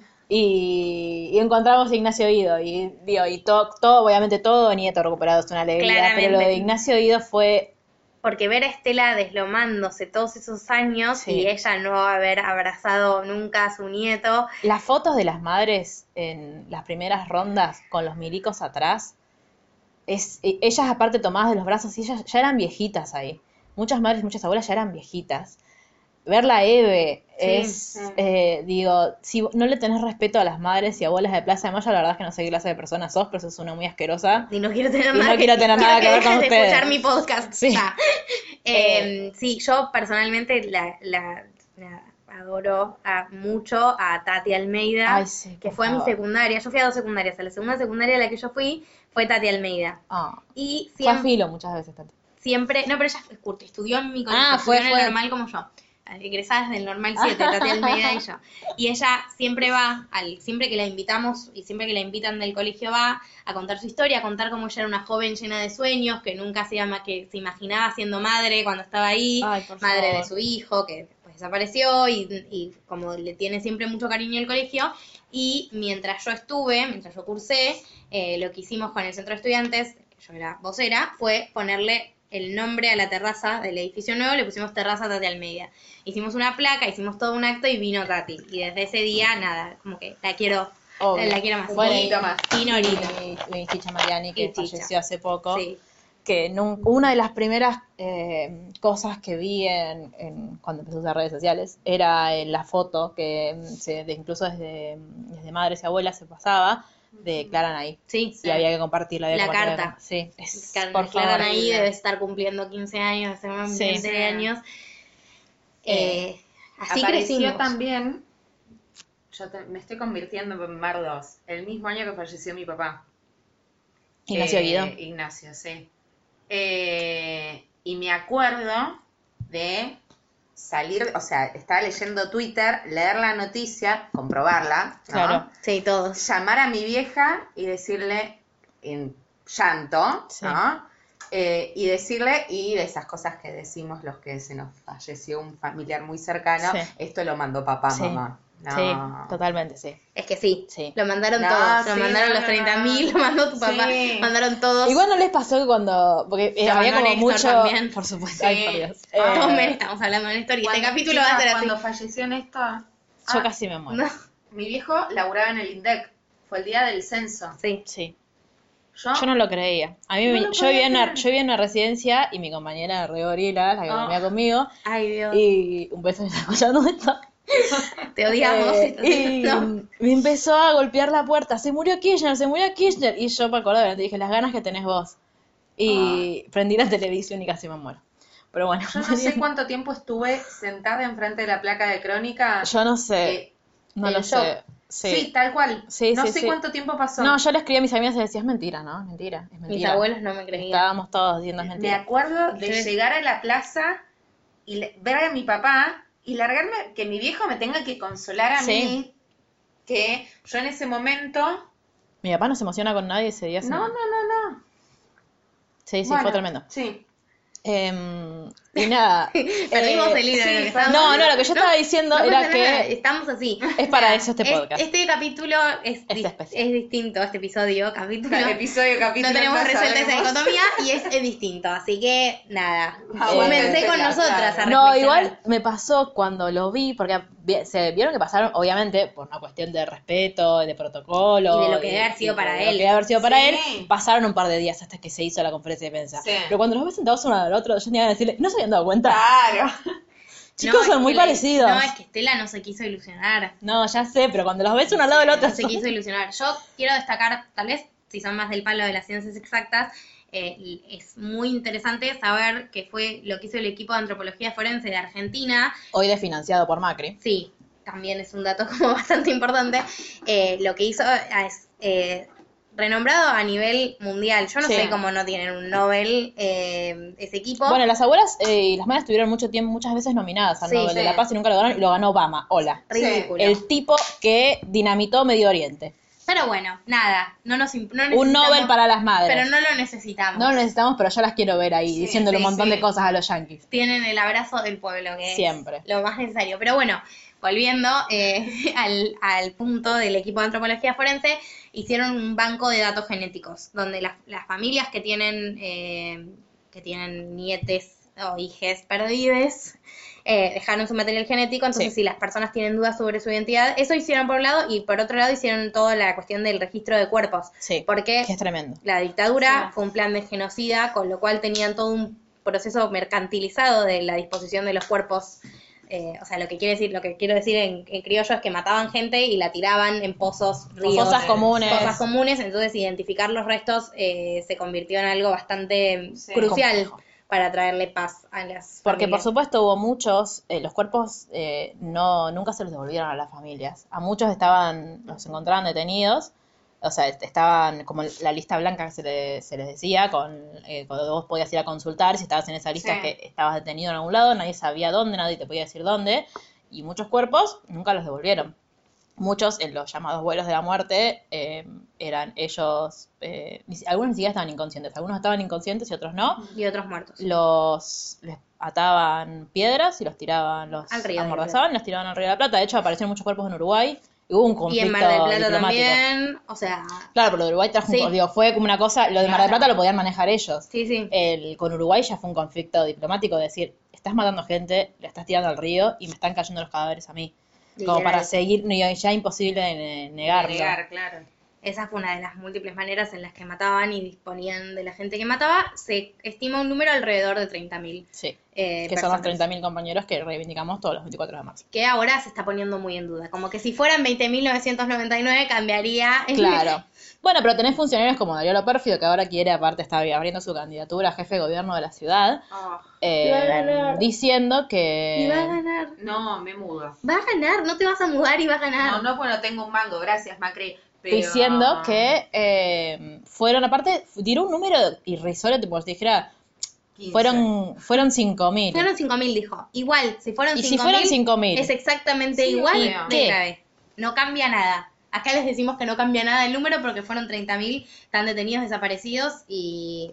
Y, y encontramos a Ignacio Guido y digo, y todo, todo, obviamente todo nieto recuperado es una alegría, Claramente. pero lo de Ignacio Guido fue Porque ver a Estela deslomándose todos esos años Sí. y ella no haber abrazado nunca a su nieto. las fotos de las madres en las primeras rondas con los milicos atrás, es, e- ellas aparte tomadas de los brazos, y ellas ya eran viejitas ahí. Muchas madres, muchas abuelas ya eran viejitas. Verla a Eve es, sí. eh, digo, si no le tenés respeto a las madres y abuelas de Plaza de Mayo, la verdad es que no sé qué clase de persona sos, pero sos una muy asquerosa. Y no quiero tener Y nada no quiero tener nada que ver con dejes de ustedes. escuchar mi podcast. Sí. ya. Eh, sí, yo personalmente la, la, la adoro a, mucho a Tati Almeida, Ay, sí, que por fue a mi favor. secundaria. Yo fui a dos secundarias. A la segunda secundaria a la que yo fui fue Tati Almeida. Ah, Y fue a siempre, filo muchas veces. Tati. siempre no, pero ella fue curta, estudió en mi colegio, Ah, fue- estudió en fue. el normal como yo. Egresadas del normal siete, Tati Almeida y yo. Y ella siempre va, al, siempre que la invitamos y siempre que la invitan del colegio va a contar su historia, a contar cómo ella era una joven llena de sueños, que nunca se, llama, que se imaginaba siendo madre cuando estaba ahí, Ay, por madre favor. de su hijo, que después desapareció y, y como le tiene siempre mucho cariño el colegio. Y mientras yo estuve, mientras yo cursé, eh, lo que hicimos con el centro de estudiantes, que yo era vocera, fue ponerle el nombre a la terraza del edificio nuevo, le pusimos terraza Tati Almeida. Hicimos una placa, hicimos todo un acto y vino Tati. Y desde ese día, nada, como que la quiero, Obvio. la quiero más. Bueno, Y- poquito más. Y Norita. Y, y Chicha Mariani, que Y Chicha. falleció hace poco. Sí. Que nun- una de las primeras eh, cosas que vi en, en- cuando empecé a usar redes sociales era en la foto que mm, se, de, incluso desde, desde madres y abuelas se pasaba de Clara Anaí. Sí, Y había que compartirla. había La que compartirla. carta. Sí, es, Car- por Clara favor. Anaí debe estar cumpliendo quince años, hace más Sí. veinte Sí. años. Eh, así Apareció crecimos. también, yo te- me estoy convirtiendo en Mar dos, el mismo año que falleció mi papá. Ignacio Eh, Guido. Ignacio, sí. Eh, y me acuerdo de salir, o sea, estaba leyendo Twitter, leer la noticia, comprobarla, ¿no? Claro. Sí, todos. Llamar a mi vieja y decirle en llanto, Sí. ¿no? Eh, y decirle, y de esas cosas que decimos los que se nos falleció un familiar muy cercano, Sí. esto lo mandó papá, Sí. mamá. No. Sí, totalmente, sí. Es que sí, Sí. lo mandaron No, todos, lo sí, mandaron no, los no, treinta no. mil, lo mandó tu papá, Sí. mandaron todos. Igual no les pasó que cuando, porque eh, Lo había mandó como Néstor mucho, también. por supuesto, Sí. ay, por Dios. Ah, Eh, Todos meses estamos hablando de Néstor y este Cuando- capítulo chicas, va a ser así. Cuando falleció Néstor, yo ah, casi me muero. No, mi viejo laburaba en el INDEC, fue el día del censo. sí. Sí. Yo, Yo no lo creía. A mí No me- lo yo, podía vivía en una, creer. yo vivía en una residencia y mi compañera era re gorila, la que Ah. dormía conmigo, Ay, Dios, y un beso me está escuchando esto. te odiamos. Eh, estás- y no. me empezó a golpear la puerta, se murió Kirchner, se murió Kirchner. Y yo me acordaba, te dije, las ganas que tenés vos. Y prendí la televisión y casi me muero. Pero bueno, yo no sé cuánto tiempo estuve sentada enfrente de la placa de crónica. yo no sé, eh, no el lo shock. sé. Sí. Sí. tal cual. Sí, no sí, sé sí. cuánto tiempo pasó. No, yo le escribí a mis amigas y decía, es mentira, ¿no? Es mentira, es mentira. Mis abuelos no me creían. Estábamos todos diciendo es Me mentira. acuerdo de Sí. llegar a la plaza y le- ver a mi papá y largarme, que mi viejo me tenga que consolar a Sí. mí, que yo en ese momento... Mi papá no se emociona con nadie ese día. se No, me- no, no, no. Sí, sí, Bueno, fue tremendo. Sí. Eh, y nada. Perdimos eh, el hilo de lo que sí, estábamos No, hablando. no, lo que yo No, estaba diciendo no era pasa nada, que estamos así. es para O sea, eso este es- podcast. Este capítulo es, Es di- especial. es distinto, este episodio, capítulo. Episodio, capítulo, No tenemos no resuelta esa sabemos. dicotomía y es, es distinto. Así que, nada. Ah, bueno, Súmense con claro, nosotras claro. a No, reflexionar. igual me pasó cuando lo vi, porque vi- se vieron que pasaron, obviamente, por una cuestión de respeto, de protocolo. Y de lo que debe haber sido y para de él. Lo que debe haber sido para Sí. él, pasaron un par de días hasta que se hizo la conferencia de prensa. Sí. Pero cuando los ves sentados uno al otro, yo tenía que decirle, ¿no se habían dado cuenta? Claro. Chicos, es son muy que le- parecidos. No, es que Estela no se quiso ilusionar. No, ya sé, pero cuando los ves uno al lado del otro. No se quiso ilusionar. Yo quiero destacar, tal vez, si son más del palo de las ciencias exactas, eh, es muy interesante saber qué fue lo que hizo el equipo de antropología forense de Argentina. Hoy desfinanciado por Macri. Sí, también es un dato como bastante importante. Eh, lo que hizo es eh, renombrado a nivel mundial. Yo no Sí. sé cómo no tienen un Nobel eh, ese equipo. Bueno, las abuelas eh, y las madres estuvieron mucho tiempo, muchas veces nominadas al Sí, Nobel sí. de la Paz y nunca lo ganaron, y lo ganó Obama. Hola. Ridículo. El tipo que dinamitó Medio Oriente. Pero bueno, nada, no nos imp- no Un necesitamos- Nobel para las madres. Pero no lo necesitamos. No lo necesitamos, pero yo las quiero ver ahí, Sí, diciéndole sí, un montón sí. de cosas a los yanquis. Tienen el abrazo del pueblo, que Siempre. es lo más necesario. Pero bueno, volviendo eh, al, al punto del equipo de antropología forense, hicieron un banco de datos genéticos, donde las, las familias que tienen, eh, que tienen nietes o hijes perdides, eh, dejaron su material genético, entonces Sí. si las personas tienen dudas sobre su identidad, eso hicieron por un lado, y por otro lado hicieron toda la cuestión del registro de cuerpos. Sí, Porque que es tremendo. la dictadura Sí. fue un plan de genocida, con lo cual tenían todo un proceso mercantilizado de la disposición de los cuerpos. Eh, o sea, lo que quiere decir, lo que quiero decir en, en criollo es que mataban gente y la tiraban en pozos, ríos, Fosas comunes. fosas comunes. Entonces, identificar los restos eh, se convirtió en algo bastante Sí. crucial Complejo. para traerle paz a las Porque por familias. supuesto hubo muchos, eh, los cuerpos eh, no nunca se los devolvieron a las familias. A muchos estaban, los encontraban detenidos, o sea, est- estaban como la lista blanca que se, le- se les decía, con eh, cuando vos podías ir a consultar, si estabas en esa lista Sí. que estabas detenido en algún lado, nadie sabía dónde, nadie te podía decir dónde, y muchos cuerpos nunca los devolvieron. Muchos, en los llamados vuelos de la muerte, eh, eran ellos, eh, ni si- algunos ni siquiera estaban inconscientes, algunos estaban inconscientes y otros no. Y otros muertos. Los les ataban piedras y los tiraban, los Al río de la amordazaban y los tiraban al río de la Plata. De hecho, aparecieron muchos cuerpos en Uruguay y hubo un Y conflicto en Mar del Plata diplomático. también, o sea, Claro, pero lo de Uruguay trajo un Sí. co- digo, fue como una cosa, lo de Mar del Plata lo podían manejar ellos. sí, sí. El, con Uruguay ya fue un conflicto diplomático de decir, estás matando gente, le estás tirando al río y me están cayendo los cadáveres a mí. Como Literal. para seguir, no, ya imposible de ne- negarlo. Negar, claro. Esa fue una de las múltiples maneras en las que mataban y disponían de la gente que mataba. Se estima un número alrededor de treinta mil. Sí, Eh, que son los personas. treinta mil compañeros que reivindicamos todos los veinticuatro de marzo. Que ahora se está poniendo muy en duda. Como que si fueran veinte mil novecientos noventa y nueve cambiaría. el- Claro. Bueno, pero tenés funcionarios como Darío Pérfido, que ahora quiere, aparte está abriendo su candidatura a jefe de gobierno de la ciudad, Oh, eh, Y va a ganar. diciendo que... Y va a ganar. no, me mudo. Va a ganar, no te vas a mudar y va a ganar. No, no, bueno, tengo un mango, gracias, Macri. Pero... Diciendo que eh, fueron, aparte, tiró un número irrisorio, tipo, si dijera, quince. fueron fueron cinco mil. Fueron cinco mil, dijo. Igual, si fueron Y si cinco fueron mil, cinco mil. es exactamente Sí, igual obvio. de ¿Qué? grave. No cambia nada. Acá les decimos que no cambia nada el número porque fueron treinta mil, están detenidos, desaparecidos y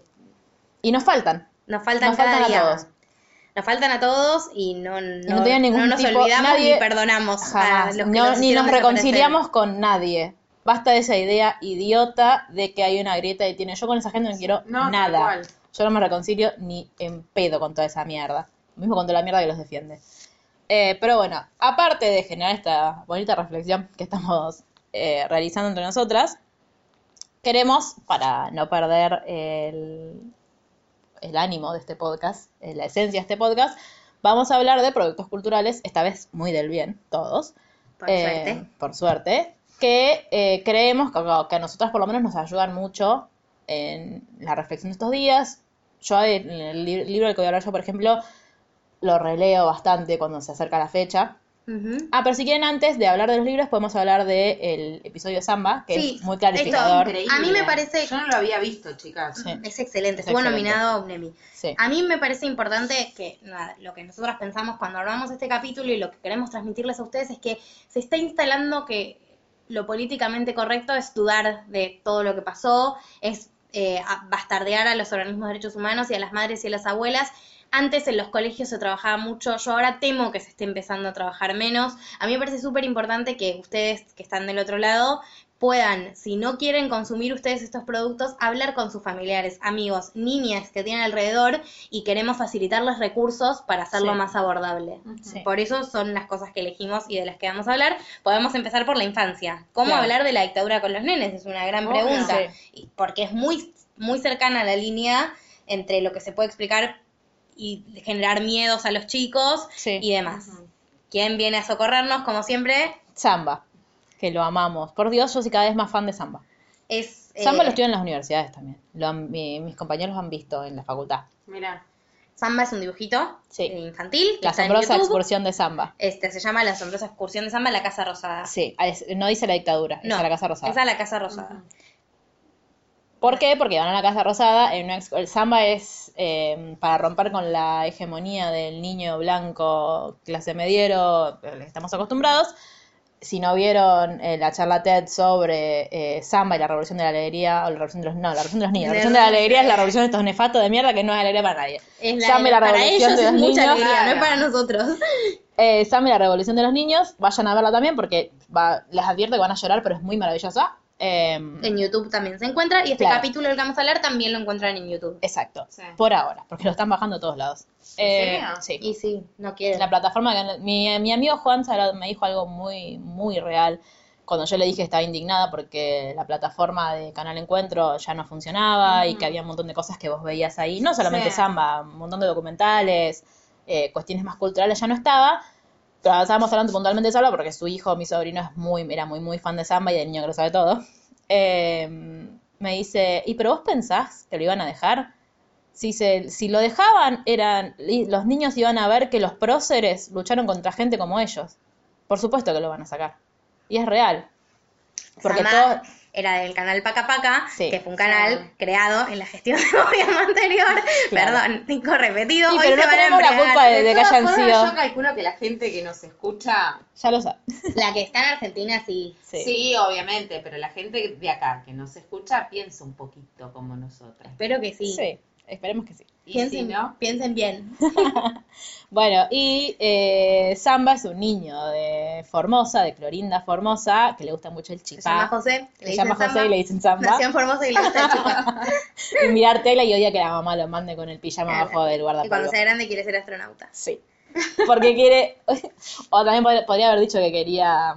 Y nos faltan. nos faltan Nos cada faltan a día. todos. Nos faltan a todos y no, no, no tenían ningún no nos tipo- olvidamos nadie- ni perdonamos a Jamás. los que No, los ni hicieron nos reconciliamos desaparecer. con nadie. Basta de esa idea idiota de que hay una grieta y tiene. Yo con esa gente no quiero No, tal nada. cual. Yo no me reconcilio ni en pedo con toda esa mierda. Lo mismo con toda la mierda que los defiende. Eh, pero bueno, aparte de generar esta bonita reflexión que estamos eh, realizando entre nosotras, queremos, para no perder el, el ánimo de este podcast, eh, la esencia de este podcast, vamos a hablar de productos culturales, esta vez muy del bien, todos. Por Eh, suerte. Por suerte. Que eh, creemos que, que a nosotras por lo menos nos ayudan mucho en la reflexión de estos días. Yo en el li- libro del que voy a hablar yo, por ejemplo, lo releo bastante cuando se acerca la fecha. Ujú. Ah, pero si quieren, antes de hablar de los libros, podemos hablar del episodio de Samba, que Sí, es muy clarificador. esto- Increíble. A mí me parece- Yo no lo había visto, chicas. Sí. Es excelente, Es estuvo excelente. nominado a un Emmy. Sí. A mí me parece importante que nada, lo que nosotros pensamos cuando armamos este capítulo y lo que queremos transmitirles a ustedes es que se está instalando que lo políticamente correcto es dudar de todo lo que pasó, es eh, a bastardear a los organismos de derechos humanos y a las madres y a las abuelas. Antes en los colegios se trabajaba mucho, yo ahora temo que se esté empezando a trabajar menos. A mí me parece súper importante que ustedes que están del otro lado puedan, si no quieren consumir ustedes estos productos, hablar con sus familiares, amigos, niñas que tienen alrededor y queremos facilitarles recursos para hacerlo Sí. más abordable. Sí. Por eso son las cosas que elegimos y de las que vamos a hablar. Podemos empezar por la infancia. ¿Cómo Claro. hablar de la dictadura con los nenes? Es una gran Obvio. pregunta. Sí. Y- Porque es muy, muy cercana a la línea entre lo que se puede explicar y generar miedos a los chicos Sí. y demás. ¿Quién viene a socorrernos? Como siempre, Samba, que lo amamos. Por Dios, yo soy cada vez más fan de Samba. es... Samba eh, lo estudian en las universidades también. Lo han- mi- mis compañeros lo han visto en la facultad. Mira. Samba es un dibujito Sí. eh, infantil que La está en asombrosa YouTube. excursión de Samba. Este, se llama La asombrosa excursión de Samba, La Casa Rosada. Sí, es- no dice la dictadura, No, es a la Casa Rosada. es a la Casa Rosada. ¿Por qué? Porque van a la Casa Rosada. En una ex- el Samba es eh, para romper con la hegemonía del niño blanco clase mediero, al que estamos acostumbrados. Si no vieron eh, la charla TED sobre eh, Samba y la revolución de la alegría, o la revolución de los, no, la revolución de los niños. La revolución de la alegría es la revolución de estos nefastos de mierda que no es alegría para nadie. Es la, Samba y la para revolución ellos de es los mucha niños. alegría, no es Claro. para nosotros. Eh, Sam y la revolución de los niños, vayan a verla también porque va, les advierto que van a llorar, pero es muy maravillosa. Eh, En YouTube también se encuentra y este Claro. capítulo del que vamos a hablar también lo encuentran en YouTube. exacto, Sí. por ahora, porque lo están bajando a todos lados. Eh, serio? sí. Y sí, no quieren. La plataforma, que- mi, mi amigo Juan Sara me dijo algo muy, muy real cuando yo le dije que estaba indignada porque la plataforma de Canal Encuentro ya no funcionaba y que había un montón de cosas que vos veías ahí, no solamente Sí. Samba, un montón de documentales, eh, cuestiones más culturales ya no estaba. Pero estábamos hablando puntualmente de Samba porque su hijo, mi sobrino, es muy, era muy, muy fan de Samba y del niño que lo sabe todo. Eh, me dice, ¿y pero vos pensás que lo iban a dejar? Si, se, si lo dejaban, eran y los niños iban a ver que los próceres lucharon contra gente como ellos. Por supuesto que lo van a sacar. Y es real. Porque Samba todo... era del canal Paca Paca, Sí. que fue un canal Sí. creado en la gestión de gobierno anterior. Claro. Perdón, cinco repetido. Sí, Hoy pero se no van a tenemos la embriagar. culpa de, de que todas hayan formas, sido... Yo calculo que la gente que nos escucha, Ya lo sabes. La que está en Argentina, sí. Sí. sí. obviamente, pero la gente de acá que nos escucha piensa un poquito como nosotras. Espero que sí. Sí, esperemos que sí. Y Piensen, si no, piensen bien. Bueno, y eh, Samba es un niño de Formosa, de Clorinda Formosa, que le gusta mucho el Se llama chipá. José. Se le llama dicen José Samba. y le dicen Samba. Nació en Formosa y le gusta el chipá. Y mirar tela y odia que la mamá lo mande con el pijama Claro. abajo del Y cuando guardapolvo. sea grande quiere ser astronauta. Sí. Porque quiere... O también pod- podría haber dicho que quería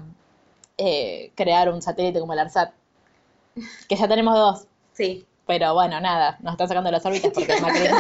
eh, crear un satélite como el ARSAT. Que ya tenemos dos. Sí. Pero bueno, nada, nos están sacando las órbitas porque es macrismo.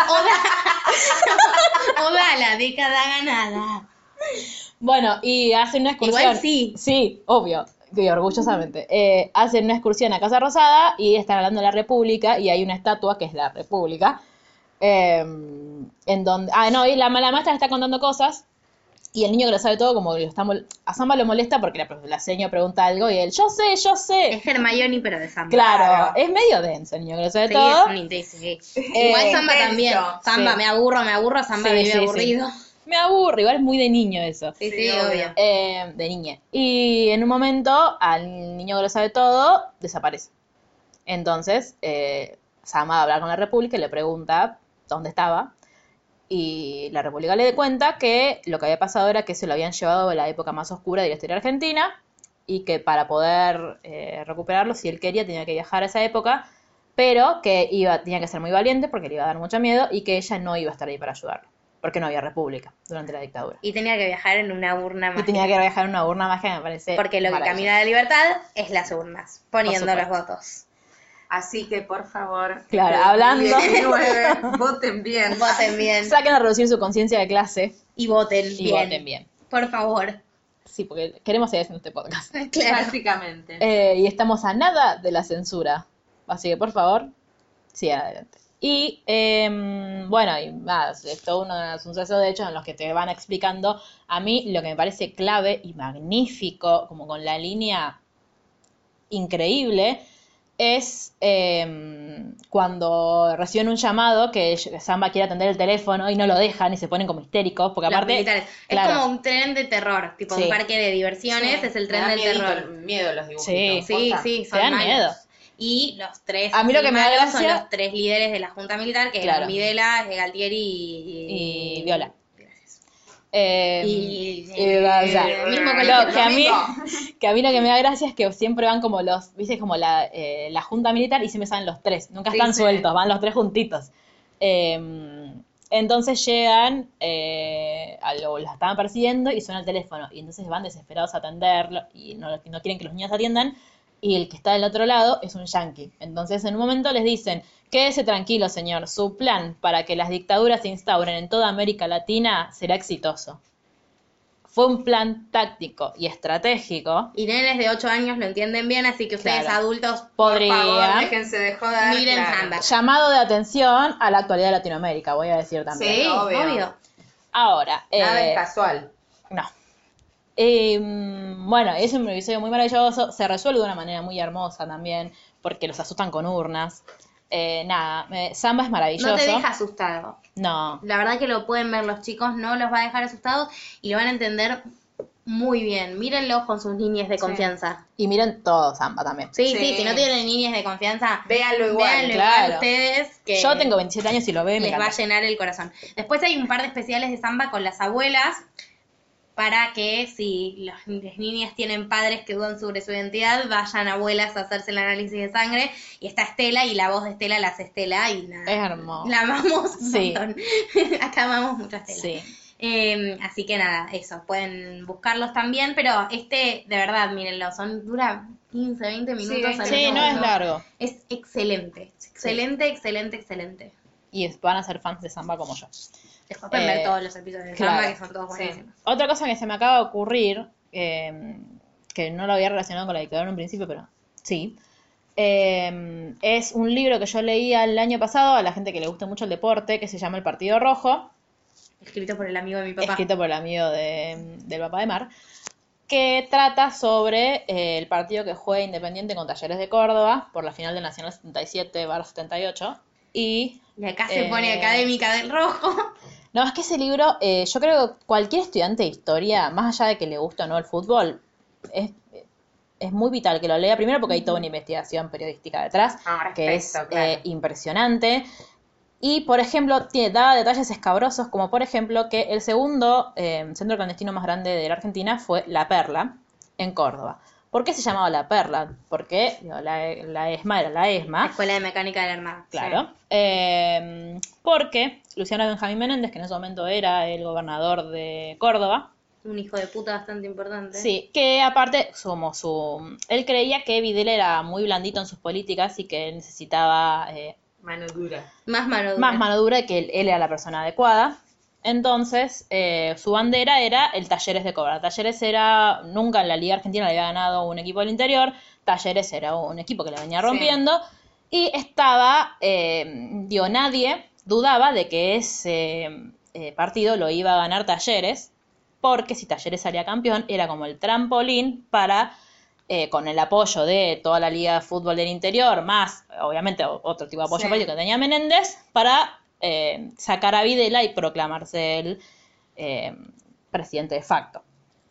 Oda la década ganada. Bueno, y hacen una excursión. Igual sí. Sí, obvio, y orgullosamente. Eh, hacen una excursión a Casa Rosada y están hablando de la República y hay una estatua que es la República. eh, en donde. Ah, no, y la, la maestra le está contando cosas y el niño que lo sabe todo, como que lo está mol- a Samba lo molesta porque la, la seño pregunta algo y él, yo sé, yo sé. Es Hermione, pero de Samba. Claro, es medio denso el niño que lo sabe Sí, todo. es un intenso, sí. Eh, Igual Samba intenso. también. Samba, Sí. me aburro, me aburro. Samba Sí, vive sí, sí. aburrido. Me aburre, igual es muy de niño eso. Sí, sí, Sí, obvio. obvio. Eh, de niña. Y en un momento, al niño que lo sabe todo, desaparece. Entonces, eh, Samba va a hablar con la República y le pregunta dónde estaba. Y la República le cuenta que lo que había pasado era que se lo habían llevado a la época más oscura de la historia argentina y que para poder eh, recuperarlo, si él quería, tenía que viajar a esa época, pero que iba, tenía que ser muy valiente porque le iba a dar mucho miedo y que ella no iba a estar ahí para ayudarlo, porque no había república durante la dictadura. Y tenía que viajar en una urna Y mágica. tenía que viajar en una urna mágica, me parece Porque lo que maravilloso. camina a la libertad es las urnas, poniendo Por los supuesto. votos. así que por favor, Claro, este hablando. dos mil diecinueve, voten bien. Voten bien. Saquen a reducir su conciencia de clase Y voten y bien. voten bien. Por favor. Sí, porque queremos seguir haciendo este podcast. Claro. Básicamente. Eh, y estamos a nada de la censura. Así que, por favor, sigan adelante. Y, eh, bueno, y más, es todo un suceso, de hecho, en los que te van explicando. A mí lo que me parece clave y magnífico, como con la línea increíble, es eh, cuando reciben un llamado que Samba quiere atender el teléfono y no lo dejan y se ponen como histéricos, porque Los aparte... militares. claro. Es como un tren de terror, tipo Sí. un parque de diversiones, Sí, es el me tren da del miedito, terror. Miedo los dibujitos. Sí, Sí, posta. sí, Te son dan malos. miedo. y los tres A mí lo que me da primaros son gracia- los tres líderes de la Junta Militar, que Claro. eran Videla, Galtieri y, Y Viola. Eh, Y, y va, o sea, eh, mismo no, colegio, que a mí mismo. que a mí lo que me da gracia es que siempre van como los, viste, como la, eh, la junta militar y siempre salen los tres, nunca Sí, están sí. sueltos, van los tres juntitos. Eh, entonces llegan, eh, a lo, las estaban persiguiendo y suena el teléfono y entonces van desesperados a atenderlo y no, no quieren que los niños atiendan y el que está del otro lado es un yanqui. Entonces en un momento les dicen, quédese tranquilo señor, su plan para que las dictaduras se instauren en toda América Latina será exitoso. Fue un plan táctico y estratégico. Y nenes de ocho años lo entienden bien, así que ustedes Claro. adultos Por Podría. favor, déjense de joder. miren claro. Samba. Llamado de atención a la actualidad de Latinoamérica, voy a decir también. Sí, obvio. obvio. Ahora, Nada eh, es casual. no. Eh, bueno, es un episodio muy maravilloso, se resuelve de una manera muy hermosa también, porque los asustan con urnas. Eh, nada, me- Samba es maravilloso. No te deja asustado. No, La verdad que lo pueden ver los chicos, no los va a dejar asustados y lo van a entender muy bien. Mírenlo con sus niñas de confianza. y miren todo Samba también. Sí, Sí. sí, si no tienen niñas de confianza, Véanlo igual. véanlo claro. igual ustedes. Que Yo tengo veintisiete años y lo veo y me les va a encanta. llenar el corazón. Después hay un par de especiales de Samba con las abuelas para que si los- las niñas tienen padres que dudan sobre su identidad, vayan abuelas a hacerse el análisis de sangre. Y está Estela y la voz de Estela la hace Estela y nada. Es hermoso. La amamos un Sí. montón. Acá amamos mucho a Estela. Sí. Eh, así que nada, eso, pueden buscarlos también, pero este, de verdad, mírenlo, son, dura quince, veinte minutos. veinte al Sí, no minuto. es largo. Es excelente, excelente, excelente, excelente. Y es- van a ser fans de Samba como yo. Después pueden Eh, ver todos los episodios de claro. Samba, que son todos Sí. buenísimos. Otra cosa que se me acaba de ocurrir, eh, que no lo había relacionado con la dictadura en un principio, pero sí, eh, es un libro que yo leía el año pasado a la gente que le gusta mucho el deporte, que se llama El Partido Rojo, Escrito por el amigo de mi papá. escrito por el amigo de, del papá de Mar, que trata sobre eh, el partido que juega Independiente con Talleres de Córdoba por la final del Nacional setenta y siete barra setenta y ocho. Y Y acá se Eh, pone Académica del Rojo. no, es que ese libro, eh, yo creo que cualquier estudiante de historia, más allá de que le guste o no el fútbol, es, es muy vital que lo lea. Primero porque hay toda una investigación periodística detrás, Ah, que es respecto, claro. eh, impresionante. Y, por ejemplo, tiene, da detalles escabrosos, como por ejemplo que el segundo eh, centro clandestino más grande de la Argentina fue La Perla, en Córdoba. ¿Por qué se llamaba La Perla? Porque digo, la, la ESMA era la La ESMA. Escuela de Mecánica de la Armada. Claro. Eh, porque Luciano Benjamín Menéndez, que en ese momento era el gobernador de Córdoba, Un hijo de puta bastante importante. sí, que aparte, como su, él creía que Videla era muy blandito en sus políticas y que necesitaba eh, Mano dura. Más mano dura. más mano dura y que él, él era la persona adecuada. Entonces, eh, su bandera era el Talleres de Córdoba. Talleres era, nunca en la Liga Argentina le había ganado un equipo del interior. Talleres era un equipo que le venía rompiendo. Y estaba, eh, digo, nadie dudaba de que ese eh, partido lo iba a ganar Talleres, porque si Talleres salía campeón, era como el trampolín para, eh, con el apoyo de toda la Liga de Fútbol del Interior, más, obviamente, o- otro tipo de apoyo Sí. político que tenía Menéndez, para eh, sacar a Videla y proclamarse el eh, presidente de facto.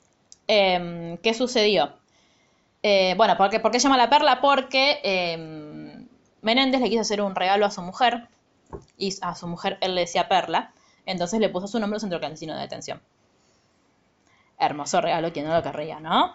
Eh, ¿Qué sucedió? Eh, bueno, ¿por qué, por qué llama La Perla? Porque eh, Menéndez le quiso hacer un regalo a su mujer, y a su mujer él le decía Perla, entonces le puso su nombre al centro clandestino de detención. Hermoso regalo, quien no lo querría, ¿no?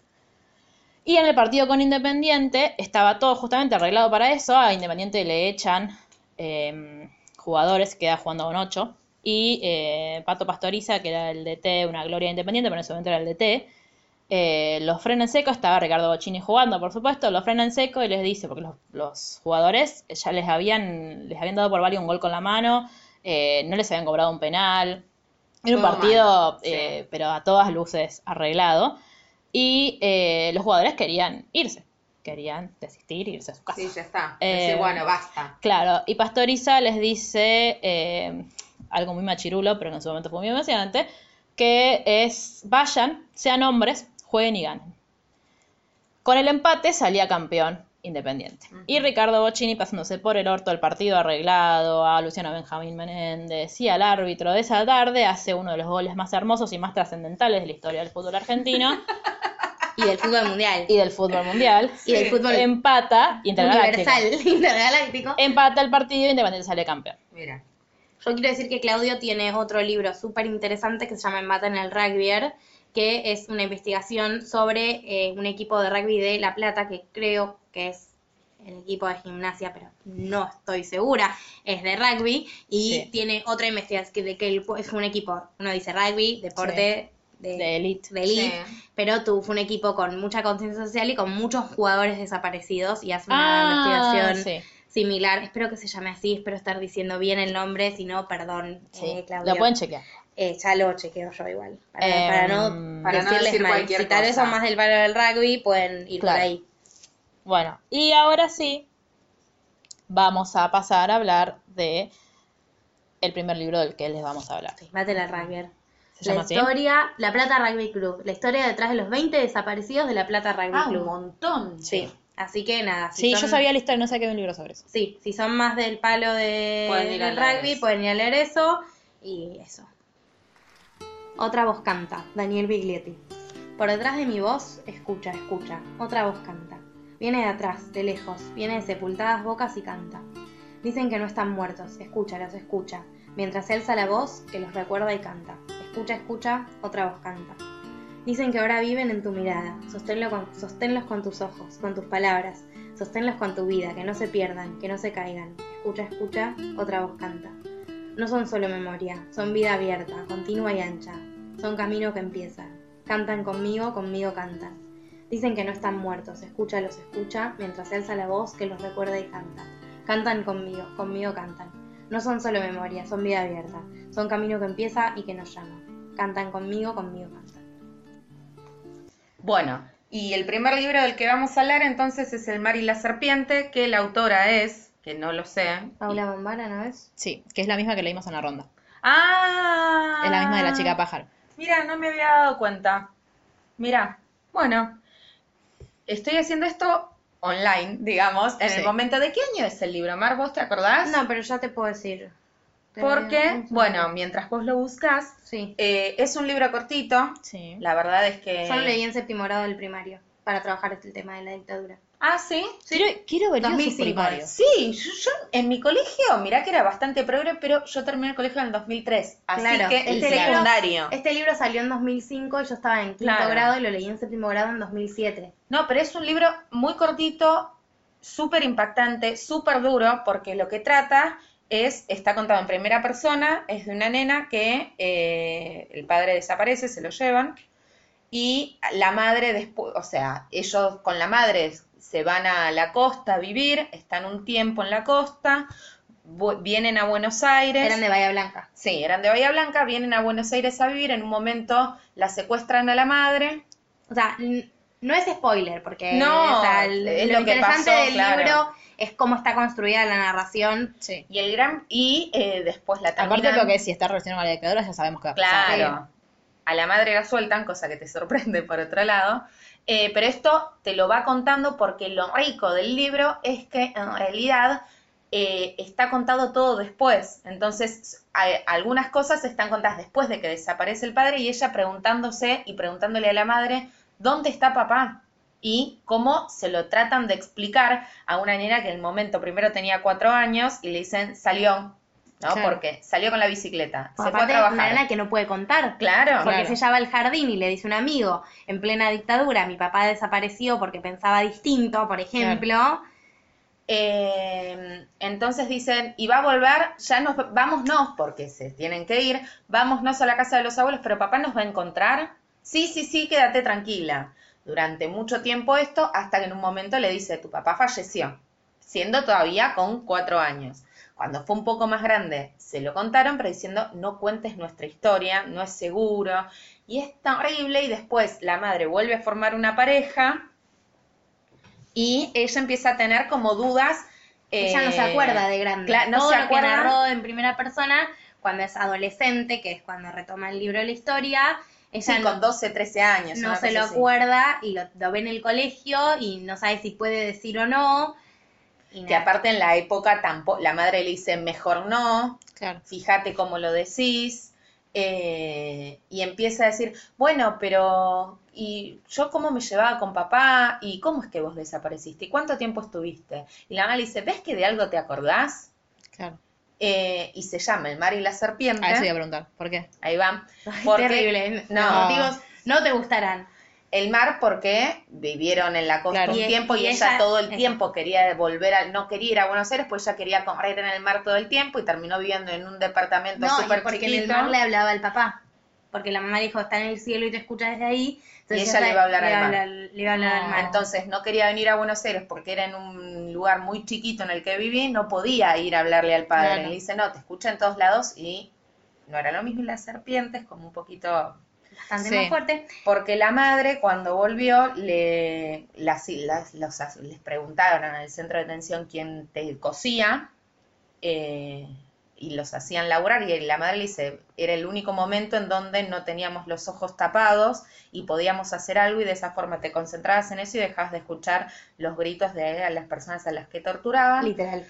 Y en el partido con Independiente estaba todo justamente arreglado para eso. A Independiente le echan eh, jugadores, queda jugando con ocho. Y eh, Pato Pastoriza, que era el D T, una gloria de Independiente, pero en ese momento era el D T, eh, los frena en seco. Estaba Ricardo Bocchini jugando, por supuesto. Los frena en seco y les dice, porque los, los jugadores ya les habían, les habían dado por varios un gol con la mano, eh, no les habían cobrado un penal. Era un Todo partido, mal, sí. eh, pero a todas luces arreglado. Y eh, los jugadores querían irse, querían desistir, irse a su casa. Sí, ya está. Eh, Decir, bueno, basta. Claro, y Pastoriza les dice eh, algo muy machirulo, pero que en su momento fue muy emocionante, que es, vayan, sean hombres, jueguen y ganen. Con el empate salía campeón Independiente. Ujú. Y Ricardo Bocchini pasándose por el orto el partido arreglado, a Luciano Benjamín Menéndez y al árbitro de esa tarde, hace uno de los goles más hermosos y más trascendentales de la historia del fútbol argentino. Y del fútbol mundial. y del fútbol mundial. Y del fútbol empata Intergaláctico. universal, intergaláctico. Empata el partido y Independiente sale campeón. Mira. Yo quiero decir que Claudio tiene otro libro súper interesante que se llama Embate en el Rugby, que es una investigación sobre eh, un equipo de rugby de La Plata, que creo que es el equipo de gimnasia, pero no estoy segura, es de rugby, y Sí. tiene otra investigación de que el- es un equipo, uno dice rugby, deporte de, De élite. de elite, Sí. pero tu, fue un equipo con mucha conciencia social y con muchos jugadores desaparecidos, y hace una Ah, investigación sí. similar, espero que se llame así, espero estar diciendo bien el nombre, si no, perdón, Sí. eh, Claudia. Lo pueden chequear. Eh, ya lo chequeo yo igual, para, Em, para no para no decirles decir mal. cualquier Si tal vez cosa. son más del palo del rugby, pueden ir Claro. por ahí. Bueno, y ahora sí, vamos a pasar a hablar de el primer libro del que les vamos a hablar. Sí, Mátela al rugby. ¿Se La llama así? historia, La Plata Rugby Club, la historia detrás de los veinte desaparecidos de La Plata Rugby Ah, un Club. montón. Sí, así que nada. Si Sí, son- yo sabía la historia, no sé qué hay un libro sobre eso. Sí, si son más del palo de, Pueden ir a del leer rugby, eso. pueden ir a leer eso y eso. Otra voz canta, Daniel Biglietti. Por detrás de mi voz, escucha, escucha, otra voz canta. Viene de atrás, de lejos, viene de sepultadas bocas y canta. Dicen que no están muertos, escúchalos, escucha, mientras se alza la voz que los recuerda y canta. Escucha, escucha, otra voz canta. Dicen que ahora viven en tu mirada, sosténlo con, sosténlos con tus ojos, con tus palabras, sosténlos con tu vida, que no se pierdan, que no se caigan. Escucha, escucha, otra voz canta. No son solo memoria, son vida abierta, continua y ancha. Son camino que empieza. Cantan conmigo, conmigo cantan. Dicen que no están muertos, escúchalos, escucha, mientras se alza la voz que los recuerda y canta. Cantan conmigo, conmigo cantan. No son solo memoria, son vida abierta. Son camino que empieza y que nos llama. Cantan conmigo, conmigo cantan. Bueno, y el primer libro del que vamos a hablar entonces es El mar y la serpiente, que la autora es, que no lo sé. Paula Bombara, ¿no es? Sí, que es la misma que leímos en la ronda. Ah, Es la misma de la chica pájaro. Mira, no me había dado cuenta. Mira, bueno, estoy haciendo esto online, digamos, en Sí. el momento. ¿De qué año es el libro, Mar? ¿Vos te acordás? No, pero ya te puedo decir. Te- Porque, bueno, mientras vos lo buscas, Sí. eh, es un libro cortito. Sí. La verdad es que... Yo lo leí en séptimo grado del primario para trabajar este el tema de la dictadura. Ah, ¿sí? Quiero, quiero ver dos mil sus cinco primarios. Sí, yo, yo en mi colegio, mirá que era bastante progre, pero yo terminé el colegio en el dos mil tres, así Claro, que este el libro- secundario. Este libro salió en dos mil cinco y yo estaba en quinto Claro. grado y lo leí en séptimo grado en dos mil siete. No, pero es un libro muy cortito, súper impactante, súper duro, porque lo que trata es, está contado en primera persona, es de una nena que eh, el padre desaparece, se lo llevan, y la madre después, o sea, ellos con la madre se van a la costa a vivir, están un tiempo en la costa, vu- vienen a Buenos Aires. Eran de Bahía Blanca. Sí, eran de Bahía Blanca, vienen a Buenos Aires a vivir, en un momento la secuestran a la madre. O sea, n- no es spoiler, porque No, o sea, el- es lo, lo que interesante pasó, del claro. libro es cómo está construida la narración. Sí. Y el gran y eh, después la terminan. Aparte porque si está relacionado con la dictadura ya sabemos que va a pasar. Claro. A la madre la sueltan, cosa que te sorprende por otro lado. Eh, pero esto te lo va contando porque lo rico del libro es que en realidad eh, está contado todo después. Entonces, hay- algunas cosas están contadas después de que desaparece el padre y ella preguntándose y preguntándole a la madre, ¿dónde está papá? Y cómo se lo tratan de explicar a una nena que en el momento primero tenía cuatro años y le dicen, salió, ¿no? Claro. Porque salió con la bicicleta, se fue a Aparte, trabajar. una nena que no puede contar. Claro. Porque Claro. se llama al jardín y le dice un amigo, en plena dictadura, mi papá desapareció porque pensaba distinto, por ejemplo. Eh, entonces dicen, y va a volver, ya nos, vámonos, porque se tienen que ir, vámonos a la casa de los abuelos, pero papá nos va a encontrar. Sí, sí, sí, quédate tranquila. Durante mucho tiempo esto, hasta que en un momento le dice, tu papá falleció, siendo todavía con cuatro años. Cuando fue un poco más grande, se lo contaron, pero diciendo, no cuentes nuestra historia, no es seguro. Y es tan horrible, y después la madre vuelve a formar una pareja, y ella empieza a tener como dudas. Ella no se eh, acuerda de grande. cla- no Todo se lo acuerda. que narró en primera persona cuando es adolescente, que es cuando retoma el libro de la historia, ella Sí, no, con doce, trece años. no una se cosa lo así. acuerda y lo, lo ve en el colegio y no sabe si puede decir o no. Y Que nada. aparte en la época tampoco, la madre le dice, mejor no, Claro. fíjate cómo lo decís. eh, y empieza a decir, bueno, pero ¿y yo cómo me llevaba con papá? ¿Y cómo es que vos desapareciste? ¿Y cuánto tiempo estuviste? Y la mamá le dice, ¿ves que de algo te acordás? Claro. Eh, y se llama El mar y la serpiente. A eso iba a preguntar, ¿por qué? Ahí va. Ay, Porque- terrible. No. Los motivos no te gustarán. El mar porque vivieron en la costa Claro. un Y- tiempo y, y ella, ella- todo el eso. tiempo quería volver a, no quería ir a Buenos Aires, pues ella quería correr en el mar todo el tiempo y terminó viviendo en un departamento No, y súper porque en chiquito. el mar le hablaba al papá. Porque la mamá le dijo, está en el cielo y te escucha desde ahí. Entonces Y ella le iba a hablar le al iba mar. hablar- Le iba a hablar al mar. Entonces no quería venir a Buenos Aires porque era en un lugar muy chiquito en el que viví, no podía ir a hablarle al padre. Claro. Y le dice, no, te escucha en todos lados y no era lo mismo. Y las serpientes, como un poquito... Bastante Sí. más fuerte. Porque la madre, cuando volvió, le las, las- los- les preguntaron en el centro de detención quién te cosía eh, y los hacían laburar. Y la madre le dice, era el único momento en donde no teníamos los ojos tapados y podíamos hacer algo y de esa forma te concentrabas en eso y dejabas de escuchar los gritos de las personas a las que torturaban. Literal.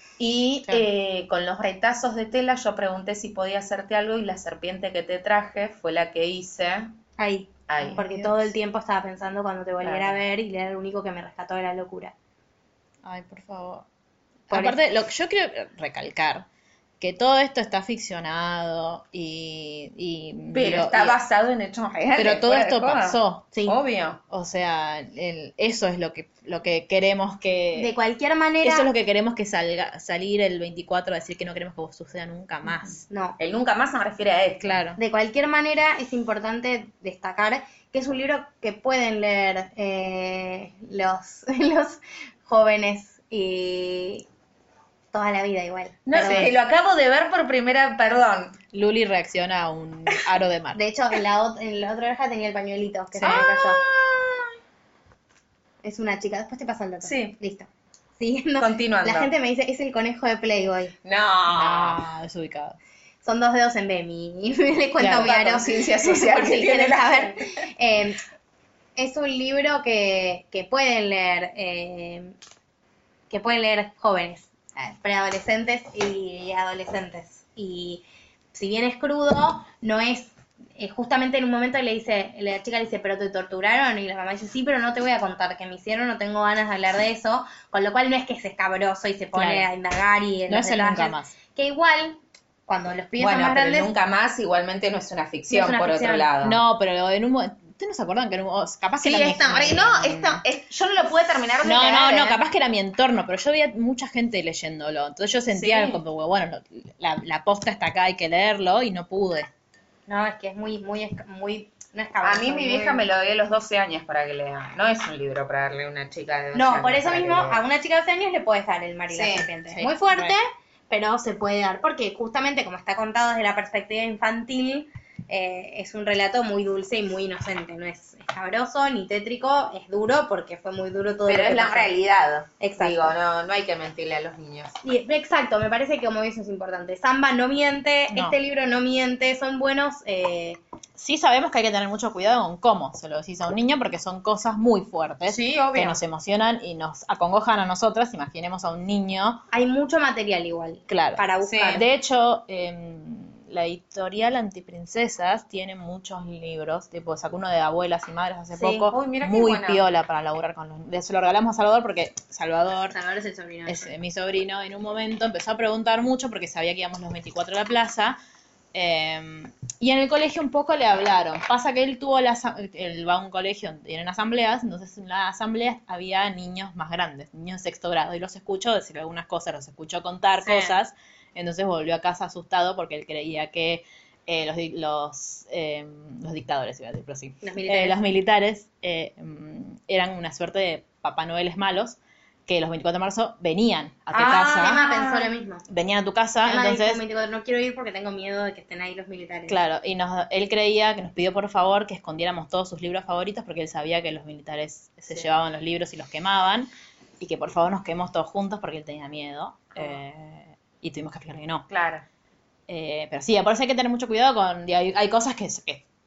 Y Claro. eh, con los retazos de tela yo pregunté si podía hacerte algo y la serpiente que te traje fue la que hice. Ahí. Ahí. Porque todo el tiempo estaba pensando cuando te volviera Claro. a ver y era el único que me rescató de la locura. Ay, por favor. Por Aparte, lo que yo quiero recalcar, que todo esto está ficcionado y... y Pero lo- está y- basado en hechos reales. pero todo fuera de esto joda. pasó. Sí. Obvio. O sea, el- eso es lo que, lo que queremos que... De cualquier manera... Eso es lo que queremos que salga, salir el veinticuatro a decir que no queremos que suceda nunca más. No. El nunca más se me refiere a esto. Claro. De cualquier manera, es importante destacar que es un libro que pueden leer eh, los, los jóvenes y toda la vida igual. No Perdón. sé, lo acabo de ver por primera, perdón. Luli reacciona a un aro de mar. De hecho, en la, ot- en la otra oreja tenía el pañuelito que Sí. se me cayó. Es una chica, después te paso el dato. Sí. Listo. Siguiendo. Continuando. La gente me dice, es el conejo de Playboy. No. Ah, desubicado. Son dos dedos en B, mi, y le cuento Claro, mi la aro. conciencia social por que si tiene quieren la saber. gente. Eh, es un libro que, que pueden leer, eh, que pueden leer jóvenes, eh, preadolescentes y adolescentes. Y si bien es crudo, no es, eh, justamente en un momento le dice, la chica le dice, pero te torturaron, y la mamá dice, sí, pero no te voy a contar qué me hicieron, no tengo ganas de hablar de eso, con lo cual no es que es escabroso y se pone Claro. a indagar y en No los es el detalles, nunca más. Que igual, cuando los pibes son Bueno, más pero grandes, nunca más igualmente no es una ficción, No es una por ficción. otro lado. No, pero en un momento... ¿Ustedes no se acuerdan que en un, capaz que Sí, era mi- esta, no, esta, es- yo no lo pude terminar de No, leer, no, no, ¿eh? capaz que era mi entorno, pero yo veía mucha gente leyéndolo. Entonces yo sentía Sí. como, bueno, lo- la, la posta está acá, hay que leerlo, y no pude. no, es que es muy, muy, esca- muy, no es A cabroso, mí mi muy- vieja me lo dio a los doce años para que lea. No es un libro para darle a una chica de doce No, años por eso para que mismo, lea. a una chica de doce años le puedes dar el mar y la Sí, serpiente. sí, Muy fuerte, re. pero se puede dar, porque justamente como está contado desde la perspectiva infantil, eh, es un relato muy dulce y muy inocente, no es escabroso ni tétrico, es duro porque fue muy duro todo Pero lo que es la pasó. realidad. Exacto. Digo, no, no hay que mentirle a los niños. Y, exacto, me parece que como eso es importante. Samba no miente, No. este libro no miente, son buenos. Eh, Sí sabemos que hay que tener mucho cuidado con cómo se lo decís a un niño, porque son cosas muy fuertes Sí, obvio. que nos emocionan y nos acongojan a nosotras. Imaginemos a un niño, hay mucho material igual claro. para buscar. Sí. De hecho, em, la editorial Antiprincesas tiene muchos libros, tipo sacó uno de abuelas y madres hace Sí. poco, Uy, mira qué muy buena. piola para laburar con los... de- Se lo regalamos a Salvador porque Salvador Salvador es el sobrino. de es John. eh, mi sobrino, en un momento empezó a preguntar mucho porque sabía que íbamos los veinticuatro a la plaza. eh, y en el colegio un poco le hablaron. Pasa que él tuvo la, asa- él va a un colegio donde tienen asambleas, entonces en la asamblea había niños más grandes, niños de sexto grado, y los escuchó decir algunas cosas, los escuchó contar Sí. cosas, entonces volvió a casa asustado porque él creía que eh, los, di- los, eh, los dictadores, iba a decir, pero sí, Los militares. eh, los militares eh, mm, eran una suerte de Papá Noeles malos, que los veinticuatro de marzo venían a tu Ah, casa, Emma pensó lo mismo. venían a tu casa, Emma dijo, entonces, veinticuatro, no quiero ir porque tengo miedo de que estén ahí los militares. claro, y nos, él creía que nos pidió por favor que escondiéramos todos sus libros favoritos porque él sabía que los militares se Sí. llevaban los libros y los quemaban, y que por favor nos quedemos todos juntos porque él tenía miedo, eh, y tuvimos que explicarle que no. Claro. Eh, pero sí, por eso hay que tener mucho cuidado con, hay, hay cosas que, que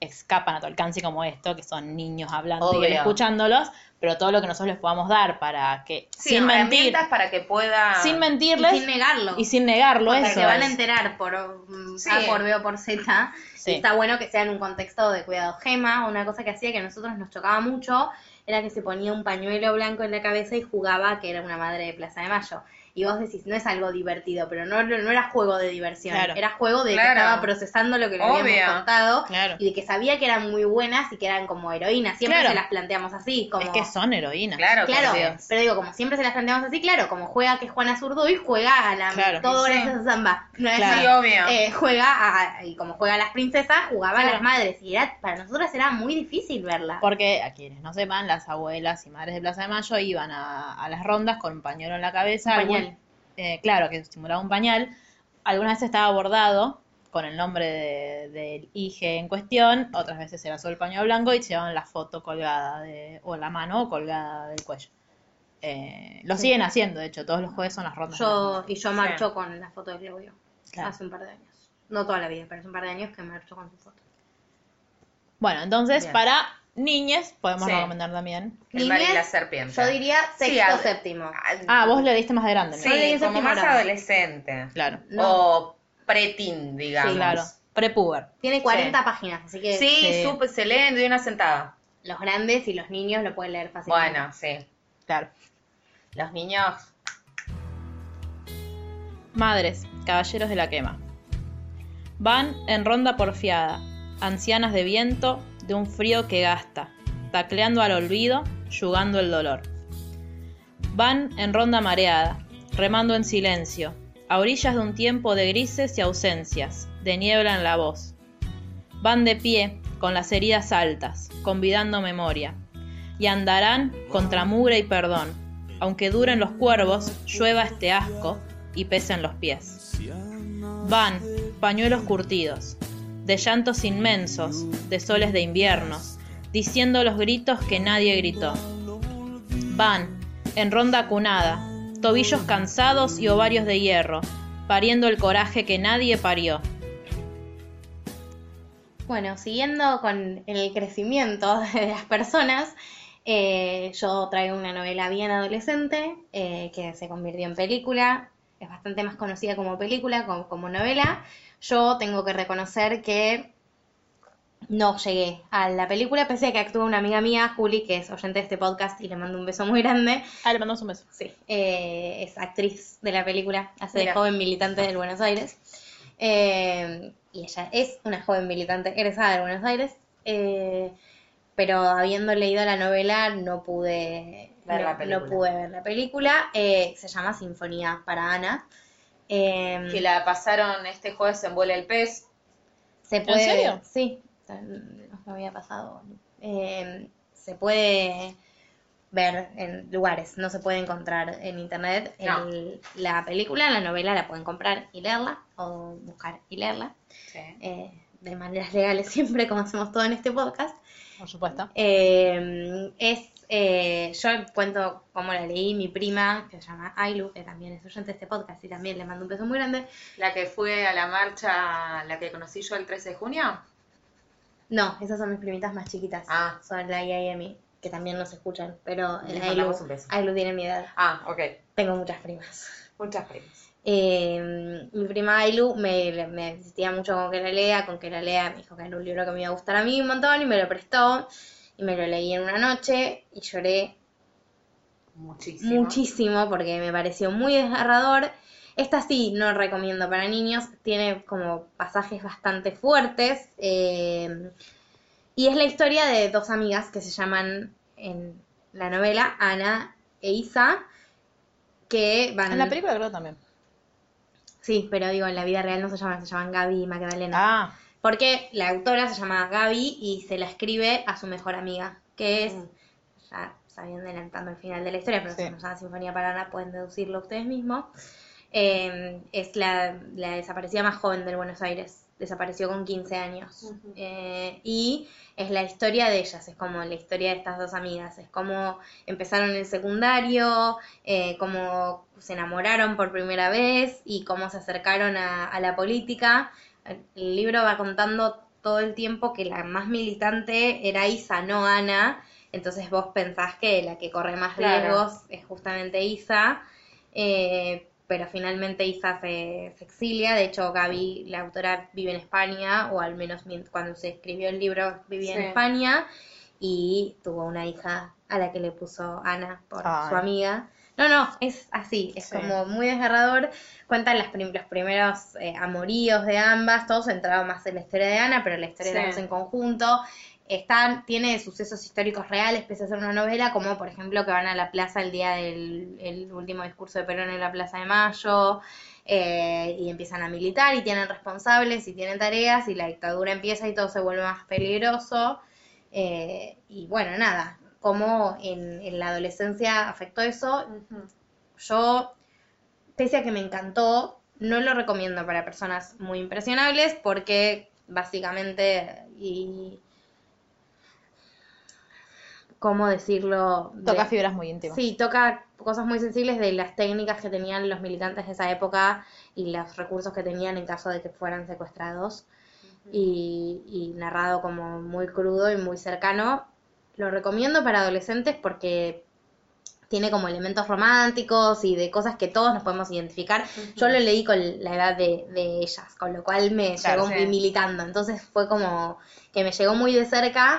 escapan a tu alcance como esto, que son niños hablando y Obvio. escuchándolos, pero todo lo que nosotros les podamos dar para que, Sí, sin mentir, herramientas para que pueda... sin mentirles Y sin negarlo. y sin negarlo, Porque eso se van a es. enterar por mm, Sí. A, por B o por Z. Sí. Y está bueno que sea en un contexto de cuidado. Gema, una cosa que hacía que a nosotros nos chocaba mucho, era que se ponía un pañuelo blanco en la cabeza y jugaba que era una madre de Plaza de Mayo. Y vos decís, no es algo divertido, pero no, no era juego de diversión, Claro. era juego de Claro. que estaba procesando lo que le Obvio. habíamos contado Claro. y de que sabía que eran muy buenas y que eran como heroínas. Siempre Claro. se las planteamos así, como... Es que son heroínas. Claro, Claro, por Dios. pero digo, como siempre se las planteamos así, claro, como juega que es Juana Zurduy, juega a la Claro. todo Sí. gracias a Zamba. No es Claro. Sí, obvio. eh, juega a, y como juega a las princesas, jugaba Claro. a las madres. Y era, para nosotras era muy difícil verla. Porque, a quienes no sepan, las abuelas y madres de Plaza de Mayo iban a, a las rondas con un pañuelo en la cabeza. Un algún- pañal. eh, claro, que simulaba un pañal. Algunas veces estaba bordado con el nombre de- del hije en cuestión, otras veces era solo el pañuelo blanco y se llevaban la foto colgada, de, o la mano colgada del cuello. Eh, lo siguen haciendo, de hecho, todos los jueves son las rondas. de las Yo, madres. y yo marcho con la foto de Claudio. Claro. Hace un par de años. No toda la vida, pero hace un par de años que marcho con su foto. Bueno, entonces, Bien. para niñes podemos Sí. recomendar también. El mar y Niñez, la serpiente. Yo diría sexto Sí, a- séptimo. Ah, vos le diste más de grande, ¿no? Sí, Yo leí como séptimo más grado. adolescente. Claro. No. O preteen, digamos. Sí, Claro. Prepuber. Tiene cuarenta páginas, así que Sí, Sí. supe- se leen de una sentada. los grandes y los niños lo pueden leer fácilmente. Bueno, sí. Claro. Los niños... Madres, caballeros de la quema. Van en ronda porfiada, ancianas de viento, de un frío que gasta, tacleando al olvido, yugando el dolor. Van en ronda mareada, remando en silencio, a orillas de un tiempo de grises y ausencias, de niebla en la voz. Van de pie, con las heridas altas, convidando memoria, y andarán contra mugre y perdón, aunque duren los cuervos, llueva este asco y pesen los pies. Van, pañuelos curtidos, de llantos inmensos, de soles de inviernos, diciendo los gritos que nadie gritó. Van, en ronda cunada, tobillos cansados y ovarios de hierro, pariendo el coraje que nadie parió. Bueno, siguiendo con el crecimiento de las personas, eh, yo traigo una novela bien adolescente eh, que se convirtió en película. Es bastante más conocida como película, como, como novela. Yo tengo que reconocer que no llegué a la película, pese a que actúa una amiga mía, Juli, que es oyente de este podcast y le mando un beso muy grande. Ah, le mandamos un beso. Sí, eh, es actriz de la película, hace de Mira. joven militante del Buenos Aires. Eh, y ella es una joven militante egresada del Buenos Aires. eh, pero habiendo leído la novela no pude Ver no, la película. no pude ver la película. Eh, se llama Sinfonía para Ana. Eh, Que la pasaron este jueves en Vuela el Pez. se puede, serio? Sí, nos lo había pasado. Eh, se puede ver en lugares, no se puede encontrar en internet. No. El- la película, la novela la pueden comprar y leerla, o buscar y leerla, Sí. eh, de maneras legales siempre, como hacemos todo en este podcast. Por supuesto. Eh, es, eh, yo cuento cómo la leí, mi prima, que se llama Ailu, que también es oyente de este podcast y también le mando un beso muy grande. La que fue a la marcha, la que conocí yo el trece de junio. No, esas son mis primitas más chiquitas. Ah. Son la I A y Emi, que también no se escuchan, pero Les el Ailu, mandamos un beso. Ailu tiene mi edad. Ah, ok. Tengo muchas primas. Muchas primas. Eh, mi prima Ailu me, me insistía mucho con que la lea, con que la lea, me dijo que era un libro que me iba a gustar a mí un montón y me lo prestó y me lo leí en una noche y lloré Muchísimo. muchísimo porque me pareció muy desgarrador. Esta sí no recomiendo para niños, tiene como pasajes bastante fuertes eh, y es la historia de dos amigas que se llaman en la novela Ana e Isa, que van... En la película creo también. Sí, pero digo, en la vida real no se llaman, se llaman Gaby y Magdalena. Ah, Porque la autora se llama Gaby y se la escribe a su mejor amiga, que es, Mm. ya sabiendo adelantando el final de la historia, pero Sí. si no saben Sinfonía para Ana pueden deducirlo ustedes mismos, eh, es la, la desaparecida más joven del Buenos Aires, desapareció con quince años. Ujú. Eh, y es la historia de ellas, es como la historia de estas dos amigas, es cómo empezaron el secundario, eh, cómo se enamoraron por primera vez y cómo se acercaron a, a la política. El libro va contando todo el tiempo que la más militante era Isa, no Ana. Entonces vos pensás que la que corre más Claro. riesgos es justamente Isa. Eh, pero finalmente Isa se, se exilia. De hecho, Gaby, la autora, vive en España, o al menos mien- cuando se escribió el libro vivía en Sí. España, y tuvo una hija a la que le puso Ana por Ay. su amiga. No, no, es así, es Sí. como muy desgarrador. Cuentan las prim- los primeros eh, amoríos de ambas, todos centrados más en la historia de Ana, pero la historia de Sí. las dos en conjunto. Están, tiene sucesos históricos reales, pese a ser una novela, como por ejemplo que van a la plaza el día del el último discurso de Perón en la Plaza de Mayo, eh, y empiezan a militar y tienen responsables y tienen tareas y la dictadura empieza y todo se vuelve más peligroso. Eh, y bueno, nada, cómo en, en la adolescencia afectó eso. Ujú. Yo, pese a que me encantó, no lo recomiendo para personas muy impresionables porque básicamente, y ¿cómo decirlo? De- Toca fibras muy íntimas. Sí, toca cosas muy sensibles de las técnicas que tenían los militantes de esa época y los recursos que tenían en caso de que fueran secuestrados. y, y narrado como muy crudo y muy cercano. Lo recomiendo para adolescentes porque tiene como elementos románticos y de cosas que todos nos podemos identificar. Yo lo leí con la edad de, de ellas, con lo cual me Claro, llegó sí. muy militando. Entonces fue como que me llegó muy de cerca.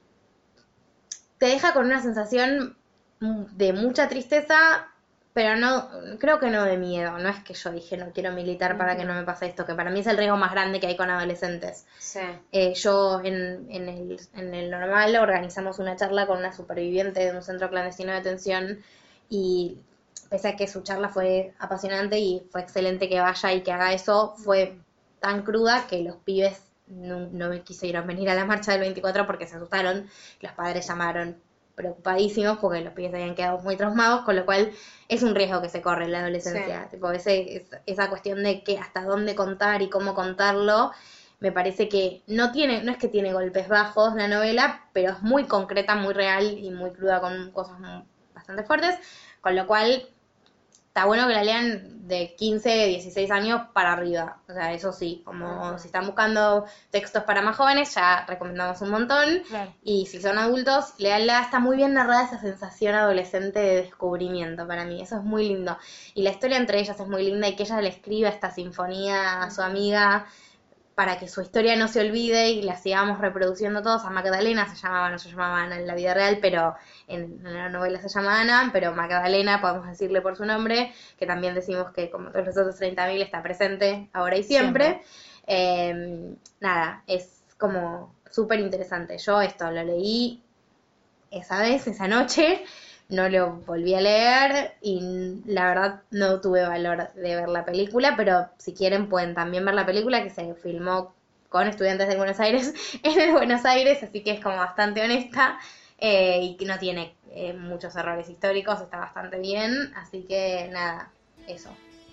Te deja con una sensación de mucha tristeza, pero no, creo que no de miedo. No es que yo dije no quiero militar para que no me pase esto, que para mí es el riesgo más grande que hay con adolescentes. Sí. Eh, yo en, en, el, en el normal organizamos una charla con una superviviente de un centro clandestino de detención y pese a que su charla fue apasionante y fue excelente que vaya y que haga eso, fue tan cruda que los pibes no, no me quisieron venir a la marcha del veinticuatro porque se asustaron. Los padres llamaron preocupadísimos porque los pibes habían quedado muy traumados, con lo cual es un riesgo que se corre en la adolescencia. Sí. Tipo, ese, es- esa cuestión de que hasta dónde contar y cómo contarlo, me parece que no tiene, no es que tiene golpes bajos la novela, pero es muy concreta, muy real y muy cruda con cosas muy- bastante fuertes, con lo cual está bueno que la lean de quince, dieciséis años para arriba. O sea, eso sí, como si están buscando textos para más jóvenes, ya recomendamos un montón. Claro. Y si son adultos, leanla. Está muy bien narrada esa sensación adolescente de descubrimiento para mí. Eso es muy lindo. Y la historia entre ellas es muy linda y que ella le escriba esta sinfonía a su amiga para que su historia no se olvide y la sigamos reproduciendo todos. A Magdalena se llamaba, no se llamaba Ana en la vida real, pero en, en la novela se llama Ana, pero Magdalena podemos decirle por su nombre, que también decimos que como todos los otros treinta mil está presente ahora y siempre. Eh, nada, es como súper interesante. Yo esto lo leí esa vez, esa noche, no lo volví a leer y la verdad no tuve valor de ver la película, pero si quieren pueden también ver la película que se filmó con estudiantes de Buenos Aires en el Buenos Aires, así que es como bastante honesta eh, y que no tiene eh, muchos errores históricos, está bastante bien, así que nada, eso.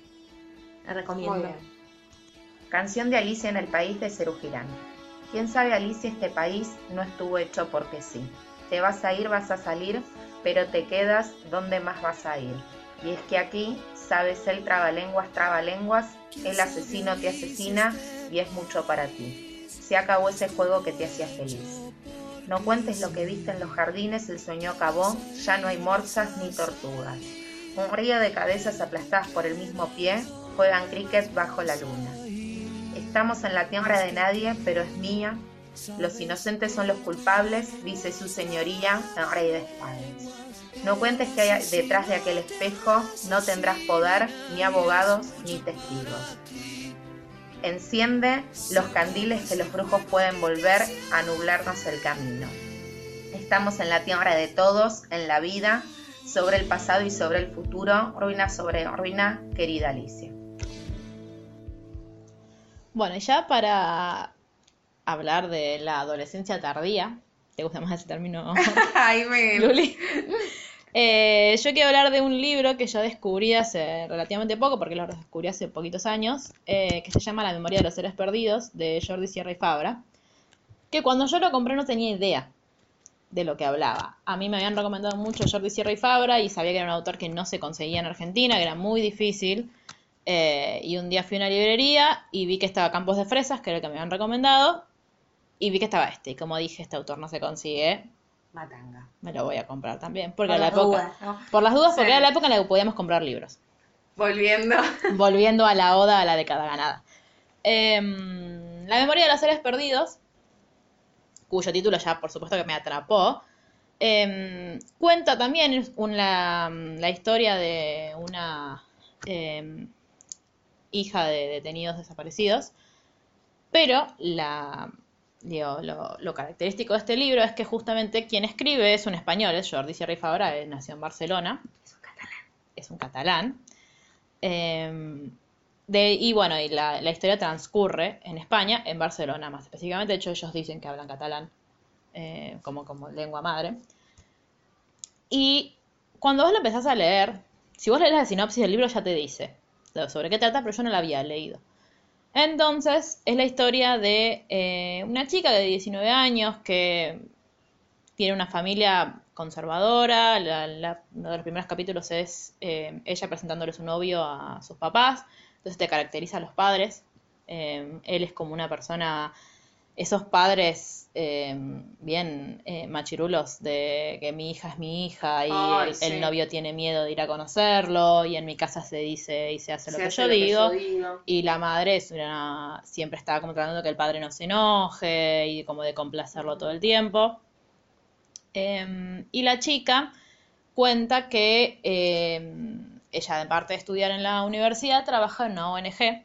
La recomiendo. Muy bien. Canción de Alicia en el país de Serú Girán. ¿Quién sabe, Alicia, este país no estuvo hecho porque sí? Te vas a ir, vas a salir, pero te quedas, ¿dónde más vas a ir? Y es que aquí, sabes, el trabalenguas, trabalenguas, el asesino te asesina y es mucho para ti. Se acabó ese juego que te hacía feliz. No cuentes lo que viste en los jardines, el sueño acabó, ya no hay morsas ni tortugas. Un río de cabezas aplastadas por el mismo pie, juegan cricket bajo la luna. Estamos en la tierra de nadie, pero es mía. Los inocentes son los culpables, dice su señoría, el rey de espadas. No cuentes que hay detrás de aquel espejo, no tendrás poder, ni abogados, ni testigos. Enciende los candiles que los brujos pueden volver a nublarnos el camino. Estamos en la tierra de todos, en la vida, sobre el pasado y sobre el futuro, ruina sobre ruina, querida Alicia. Bueno, y ya para hablar de la adolescencia tardía, ¿te gusta más ese término, Ay, me... Luli? Eh, yo quiero hablar de un libro que yo descubrí hace relativamente poco, porque lo descubrí hace poquitos años, eh, que se llama La memoria de los seres perdidos, de Jordi Sierra y Fabra, que cuando yo lo compré no tenía idea de lo que hablaba. A mí me habían recomendado mucho Jordi Sierra y Fabra y sabía que era un autor que no se conseguía en Argentina, que era muy difícil. Eh, y un día fui a una librería y vi que estaba Campos de Fresas, que era el que me habían recomendado, y vi que estaba este. Y como dije, este autor no se consigue, Matanga. me lo voy a comprar también. Porque Por era la las época, dudas, ¿no? por las dudas, porque Sí. era la época en la que podíamos comprar libros. Volviendo. Volviendo a la oda a la década ganada. Em, la memoria de los seres perdidos, cuyo título ya por supuesto que me atrapó, em, cuenta también una, la historia de una em, hija de detenidos desaparecidos, pero la, digo, lo, lo característico de este libro es que justamente quien escribe es un español, es Jordi Sierra i Fabra, él nació en Barcelona, Es un catalán. es un catalán. Eh, de, y bueno, y la, la historia transcurre en España, en Barcelona más específicamente. De hecho, ellos dicen que hablan catalán eh, como, como lengua madre. Y cuando vos lo empezás a leer, si vos lees la sinopsis del libro ya te dice sobre qué trata, pero yo no la había leído. Entonces, es la historia de eh, una chica de diecinueve años que tiene una familia conservadora. La, la, uno de los primeros capítulos es eh, ella presentándole su novio a sus papás. Entonces te caracteriza a los padres. Eh, él es como una persona, esos padres eh, bien eh, machirulos de que mi hija es mi hija y Ay, el, sí. el novio tiene miedo de ir a conocerlo y en mi casa se dice y se hace lo, Se que, hace yo lo que digo, yo digo. y la madre es una, siempre está como tratando de que el padre no se enoje y como de complacerlo todo el tiempo. Eh, y la chica cuenta que eh, ella, aparte de estudiar en la universidad, trabaja en una O N G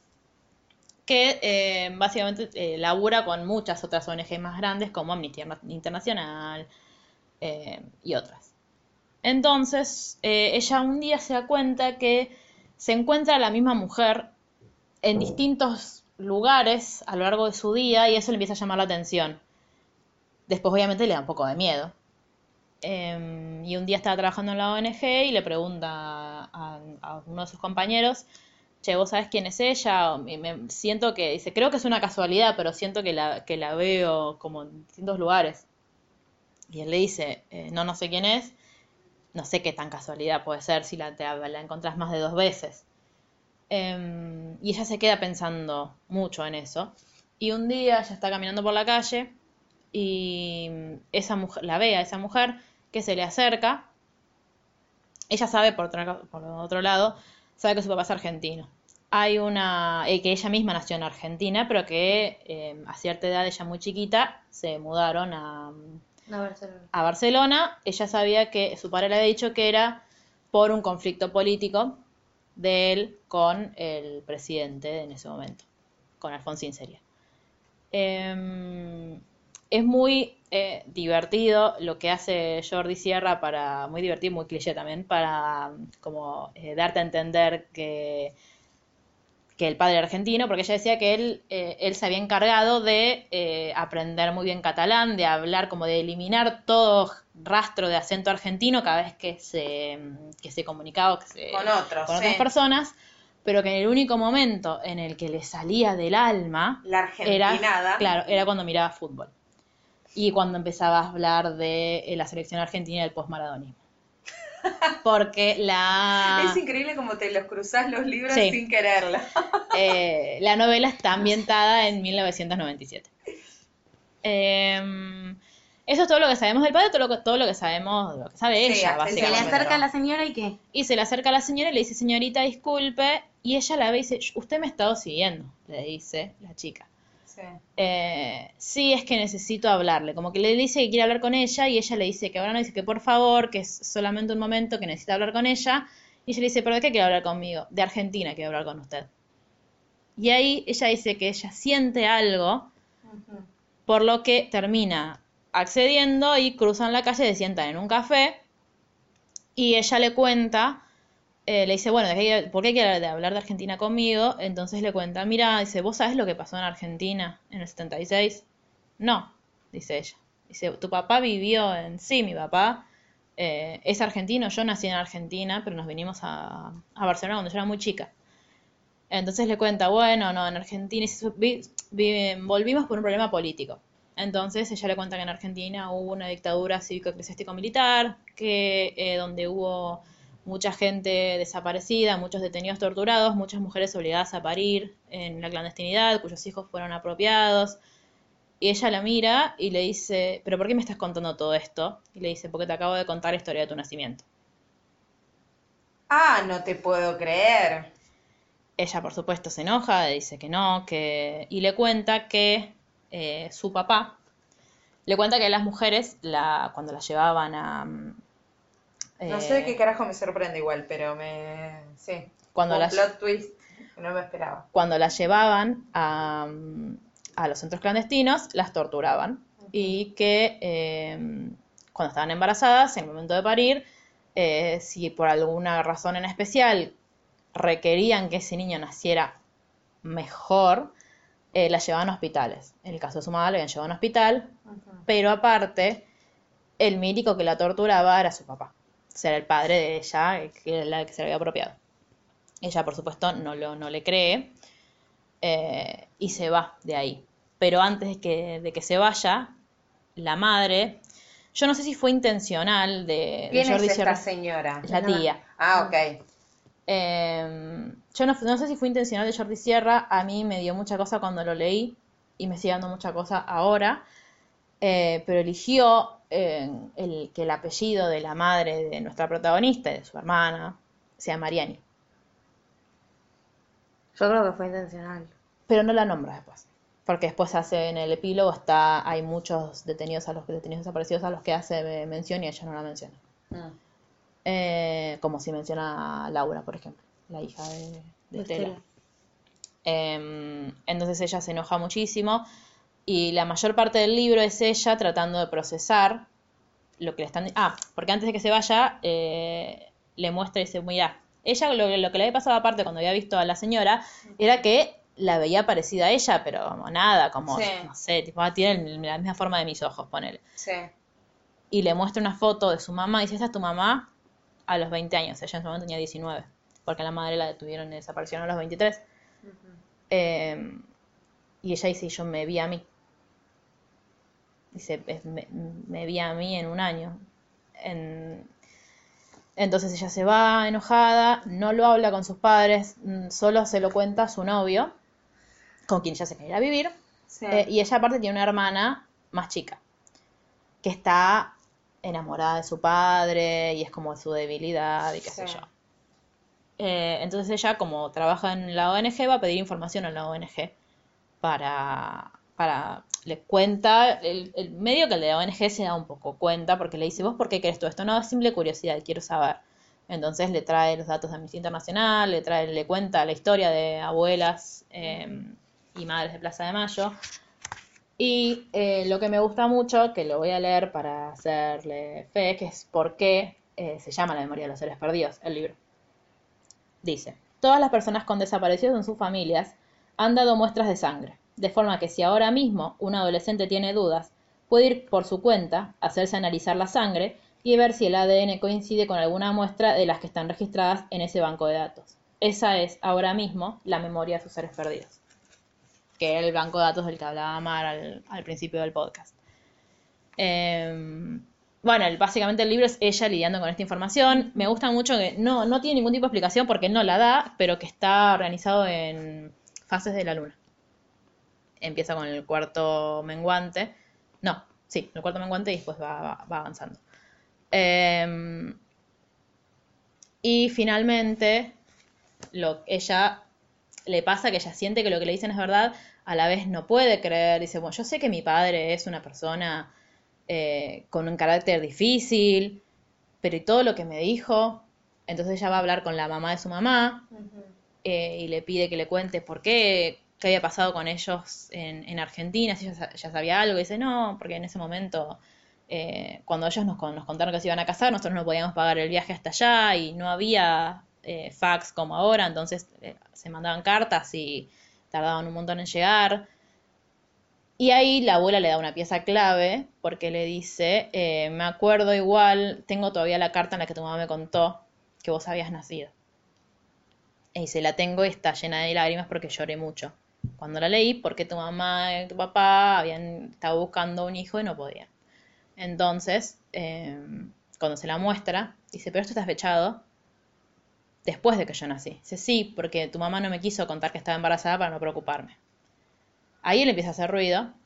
que eh, básicamente eh, labura con muchas otras O N G más grandes como Amnistía Internacional eh, y otras. Entonces, eh, ella un día se da cuenta que se encuentra a la misma mujer en distintos lugares a lo largo de su día y eso le empieza a llamar la atención. Después obviamente le da un poco de miedo. Eh, y un día estaba trabajando en la O N G y le pregunta a, a uno de sus compañeros, che, ¿vos sabés quién es ella? Me, me siento que, dice, creo que es una casualidad, pero siento que la, que la veo como en distintos lugares. Y él le dice, eh, no, no sé quién es, no sé qué tan casualidad puede ser si la, te, la encontrás más de dos veces. Eh, y ella se queda pensando mucho en eso. Y un día ella está caminando por la calle y esa mujer, la ve a esa mujer que se le acerca. Ella sabe, por otro, por otro lado, sabe que su papá es argentino. Hay una, eh, que ella misma nació en Argentina, pero que eh, a cierta edad, ella muy chiquita, se mudaron a, No, Barcelona. a Barcelona. Ella sabía que su padre le había dicho que era por un conflicto político de él con el presidente en ese momento, con Alfonsín sería. Eh, es muy eh, divertido lo que hace Jordi Sierra para, muy divertido, muy cliché también, para como eh, darte a entender que, que el padre era argentino, porque ella decía que él, eh, él se había encargado de eh, aprender muy bien catalán, de hablar, como de eliminar todo rastro de acento argentino cada vez que se, que se comunicaba que se, Con otros, con sí. otras personas, pero que en el único momento en el que le salía del alma La era, argentinada. claro, era cuando miraba fútbol. Y cuando empezaba a hablar de eh, la selección argentina y del postmaradonismo. Porque la... Es increíble como te los cruzás los libros Sí. sin quererlo. eh, la novela está ambientada en mil novecientos noventa y siete. Eh, eso es todo lo que sabemos del padre, todo lo que, todo lo que sabemos, lo que sabe Sí, ella, hasta el Se le básicamente. acerca a la señora y qué. Y se le acerca a la señora y le dice, señorita, disculpe. Y ella la ve y dice, usted me ha estado siguiendo, le dice la chica. Sí. Eh, sí, es que necesito hablarle. Como que le dice que quiere hablar con ella y ella le dice que ahora no, dice que por favor, que es solamente un momento, que necesita hablar con ella. Y ella le dice, ¿pero de qué quiere hablar conmigo? De Argentina quiero hablar con usted. Y ahí ella dice que ella siente algo, Ujú. por lo que termina accediendo y cruzan la calle, se sientan en un café y ella le cuenta, eh, le dice, bueno, ¿de qué, ¿por qué quiere hablar de Argentina conmigo? Entonces le cuenta, mira, dice, ¿vos sabés lo que pasó en Argentina en el setenta y seis? No, dice ella. Dice, tu papá vivió en... Sí, mi papá eh, es argentino, yo nací en Argentina, pero nos vinimos a, a Barcelona cuando yo era muy chica. Entonces le cuenta, bueno, no, en Argentina vi, vi, volvimos por un problema político. Entonces ella le cuenta que en Argentina hubo una dictadura cívico-eclesiástico-militar, que eh, donde hubo mucha gente desaparecida, muchos detenidos torturados, muchas mujeres obligadas a parir en la clandestinidad, cuyos hijos fueron apropiados. y ella la mira y le dice, ¿pero por qué me estás contando todo esto? Y le dice, porque te acabo de contar la historia de tu nacimiento. Ah, no te puedo creer. Ella, por supuesto, se enoja, dice que no, que y le cuenta que eh, su papá, le cuenta que las mujeres, la, cuando las llevaban a... No eh, sé de qué carajo me sorprende igual, pero me... Sí. Cuando Un las- plot twist que no me esperaba. cuando las llevaban a, a los centros clandestinos, las torturaban. Y que eh, cuando estaban embarazadas, en el momento de parir, eh, si por alguna razón en especial requerían que ese niño naciera mejor, eh, la llevaban a hospitales. En el caso de su madre, la habían llevado a un hospital, pero aparte, el médico que la torturaba era su papá. O sea, era el padre de ella, que era la que se le había apropiado. Ella, por supuesto, no, lo, no le cree eh, y se va de ahí. Pero antes de que, de que se vaya, la madre, yo no sé si fue intencional de, de ¿Quién es Jordi esta Sierra, señora? es la tía. Ah, ok. Eh, yo no, no sé si fue intencional de Jordi Sierra, a mí me dio mucha cosa cuando lo leí y me sigue dando mucha cosa ahora, eh, pero eligió eh, el, que el apellido de la madre de nuestra protagonista y de su hermana sea Mariani, Yo creo que fue intencional. pero no la nombra después, porque después hace en el epílogo está hay muchos detenidos a los detenidos desaparecidos a los que hace mención y ella no la menciona. Mm. Eh, como si menciona a Laura, por ejemplo, la hija de, de De Estela. Estela. Eh, entonces ella se enoja muchísimo y la mayor parte del libro es ella tratando de procesar lo que le están... Ah, porque antes de que se vaya, eh, le muestra y dice, mira, ella lo, lo que le había pasado aparte cuando había visto a la señora era que la veía parecida a ella, pero como nada, como, Sí. no sé, tipo, ah, tiene la misma forma de mis ojos, ponele. Sí. Y le muestra una foto de su mamá y dice, esta es tu mamá a los veinte años, ella en su momento tenía diecinueve, porque a la madre la detuvieron y desaparecieron a los veintitrés. Eh, y ella dice, yo me vi a mí. Dice, "Es- me, me vi a mí en un año. En- Entonces ella se va enojada, no lo habla con sus padres, mm, solo se lo cuenta a su novio, con quien ella se quiere ir a vivir. Sí. Eh, y ella aparte tiene una hermana más chica, que está enamorada de su padre y es como su debilidad y qué sé Sí. yo. Eh, entonces ella, como trabaja en la O N G, va a pedir información a la O N G para, para le cuenta, el, el medio que el de la O N G se da un poco cuenta porque le dice, ¿vos por qué querés todo esto? No, es simple curiosidad, quiero saber. Entonces le trae los datos de Amnistía Internacional, le trae, le cuenta la historia de abuelas eh, y madres de Plaza de Mayo. Y eh, lo que me gusta mucho, que lo voy a leer para hacerle fe, que es por qué eh, se llama La memoria de los seres perdidos, el libro. Dice, todas las personas con desaparecidos en sus familias han dado muestras de sangre, de forma que si ahora mismo un adolescente tiene dudas, puede ir por su cuenta, hacerse analizar la sangre y ver si el A D N coincide con alguna muestra de las que están registradas en ese banco de datos. Esa es ahora mismo la memoria de sus seres perdidos, que era el banco de datos del que hablaba Mar al, al principio del podcast. Eh, bueno, el- básicamente el libro es ella lidiando con esta información. Me gusta mucho que no, no tiene ningún tipo de explicación porque no la da, pero que está organizado en fases de la luna. Empieza con el cuarto menguante. No, sí, el cuarto menguante y después va, va- va avanzando. Eh, y finalmente, lo, ella le pasa que ella siente que lo que le dicen es verdad, a la vez no puede creer. Dice, bueno, yo sé que mi padre es una persona eh, con un carácter difícil, pero ¿y todo lo que me dijo? Entonces ella va a hablar con la mamá de su mamá eh, y le pide que le cuente por qué, qué había pasado con ellos en, en Argentina, si ella, sa- ella sabía algo. Y dice, no, porque en ese momento, eh, cuando ellos nos, con- nos contaron que se iban a casar, nosotros no podíamos pagar el viaje hasta allá y no había eh, fax como ahora, entonces eh, se mandaban cartas y tardaban un montón en llegar. Y ahí la abuela le da una pieza clave porque le dice, eh, me acuerdo igual, tengo todavía la carta en la que tu mamá me contó que vos habías nacido. Y dice, la tengo y está llena de lágrimas porque lloré mucho cuando la leí, porque tu mamá y tu papá habían estado buscando un hijo y no podían. Entonces, eh, cuando se la muestra, dice, pero esto está fechado después de que yo nací. Dice, sí, porque tu mamá no me quiso contar que estaba embarazada para no preocuparme. Ahí él empieza a hacer ruido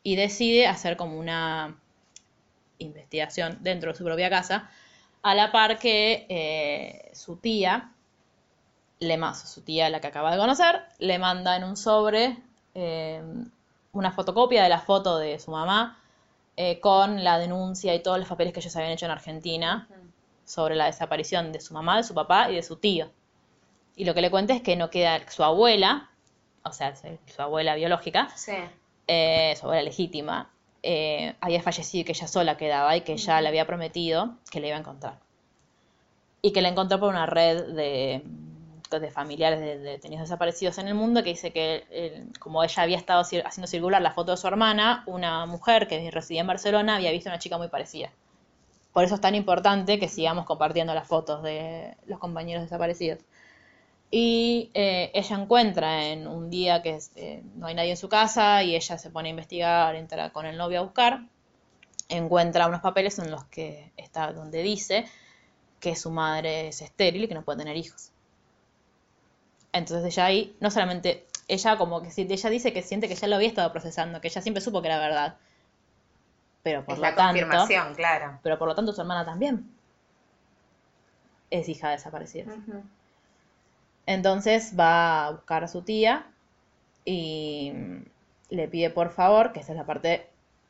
y decide hacer como una investigación dentro de su propia casa, a la par que eh, su tía, le ma- su tía la que acaba de conocer, le manda en un sobre eh, una fotocopia de la foto de su mamá eh, con la denuncia y todos los papeles que ellos habían hecho en Argentina sobre la desaparición de su mamá, de su papá y de su tío. Y lo que le cuenta es que no queda su abuela, o sea, su abuela biológica, Sí. eh, su abuela legítima, eh, había fallecido y que ella sola quedaba y que ella le había prometido que le iba a encontrar. Y que la encontró por una red de, de familiares de, de detenidos desaparecidos en el mundo, que dice que eh, como ella había estado cir- haciendo circular la foto de su hermana, una mujer que residía en Barcelona había visto a una chica muy parecida. Por eso es tan importante que sigamos compartiendo las fotos de los compañeros desaparecidos. Y eh, ella encuentra en un día que eh, no hay nadie en su casa y ella se pone a investigar, entra con el novio a buscar, encuentra unos papeles en los que está donde dice que su madre es estéril y que no puede tener hijos. Entonces ella ahí, no solamente, ella como que si- ella dice que siente que ya lo había estado procesando, que ella siempre supo que era verdad. Pero por Es lo la tanto, confirmación, claro. pero por lo tanto su hermana también es hija de desaparecidos. Entonces va a buscar a su tía y le pide por favor, que esa es la parte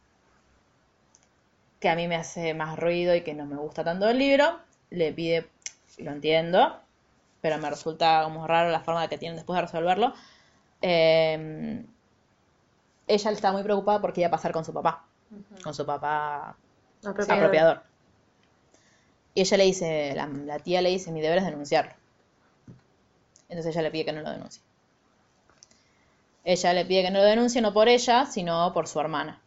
que a mí me hace más ruido y que no me gusta tanto del libro, le pide, lo entiendo, pero me resulta como raro la forma que tienen después de resolverlo. Eh, ella está muy preocupada porque iba a pasar con su papá, con su papá Apropiador. apropiador. Y ella le dice, la, la tía le dice, mi deber es denunciarlo. Entonces ella le pide que no lo denuncie. Ella le pide que no lo denuncie no por ella, sino por su hermana.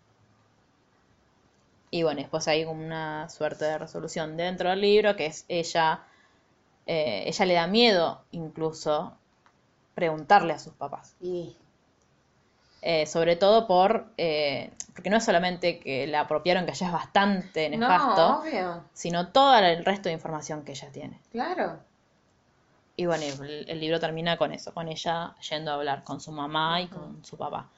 Y bueno, después hay como una suerte de resolución dentro del libro, que es ella, eh, ella le da miedo incluso preguntarle a sus papás. Y Eh, sobre todo por, eh, porque no es solamente que la apropiaron, que ella es bastante nefasto, no, obvio, sino todo el resto de información que ella tiene. claro. Y bueno, el, el libro termina con eso, con ella yendo a hablar con su mamá y con su papá.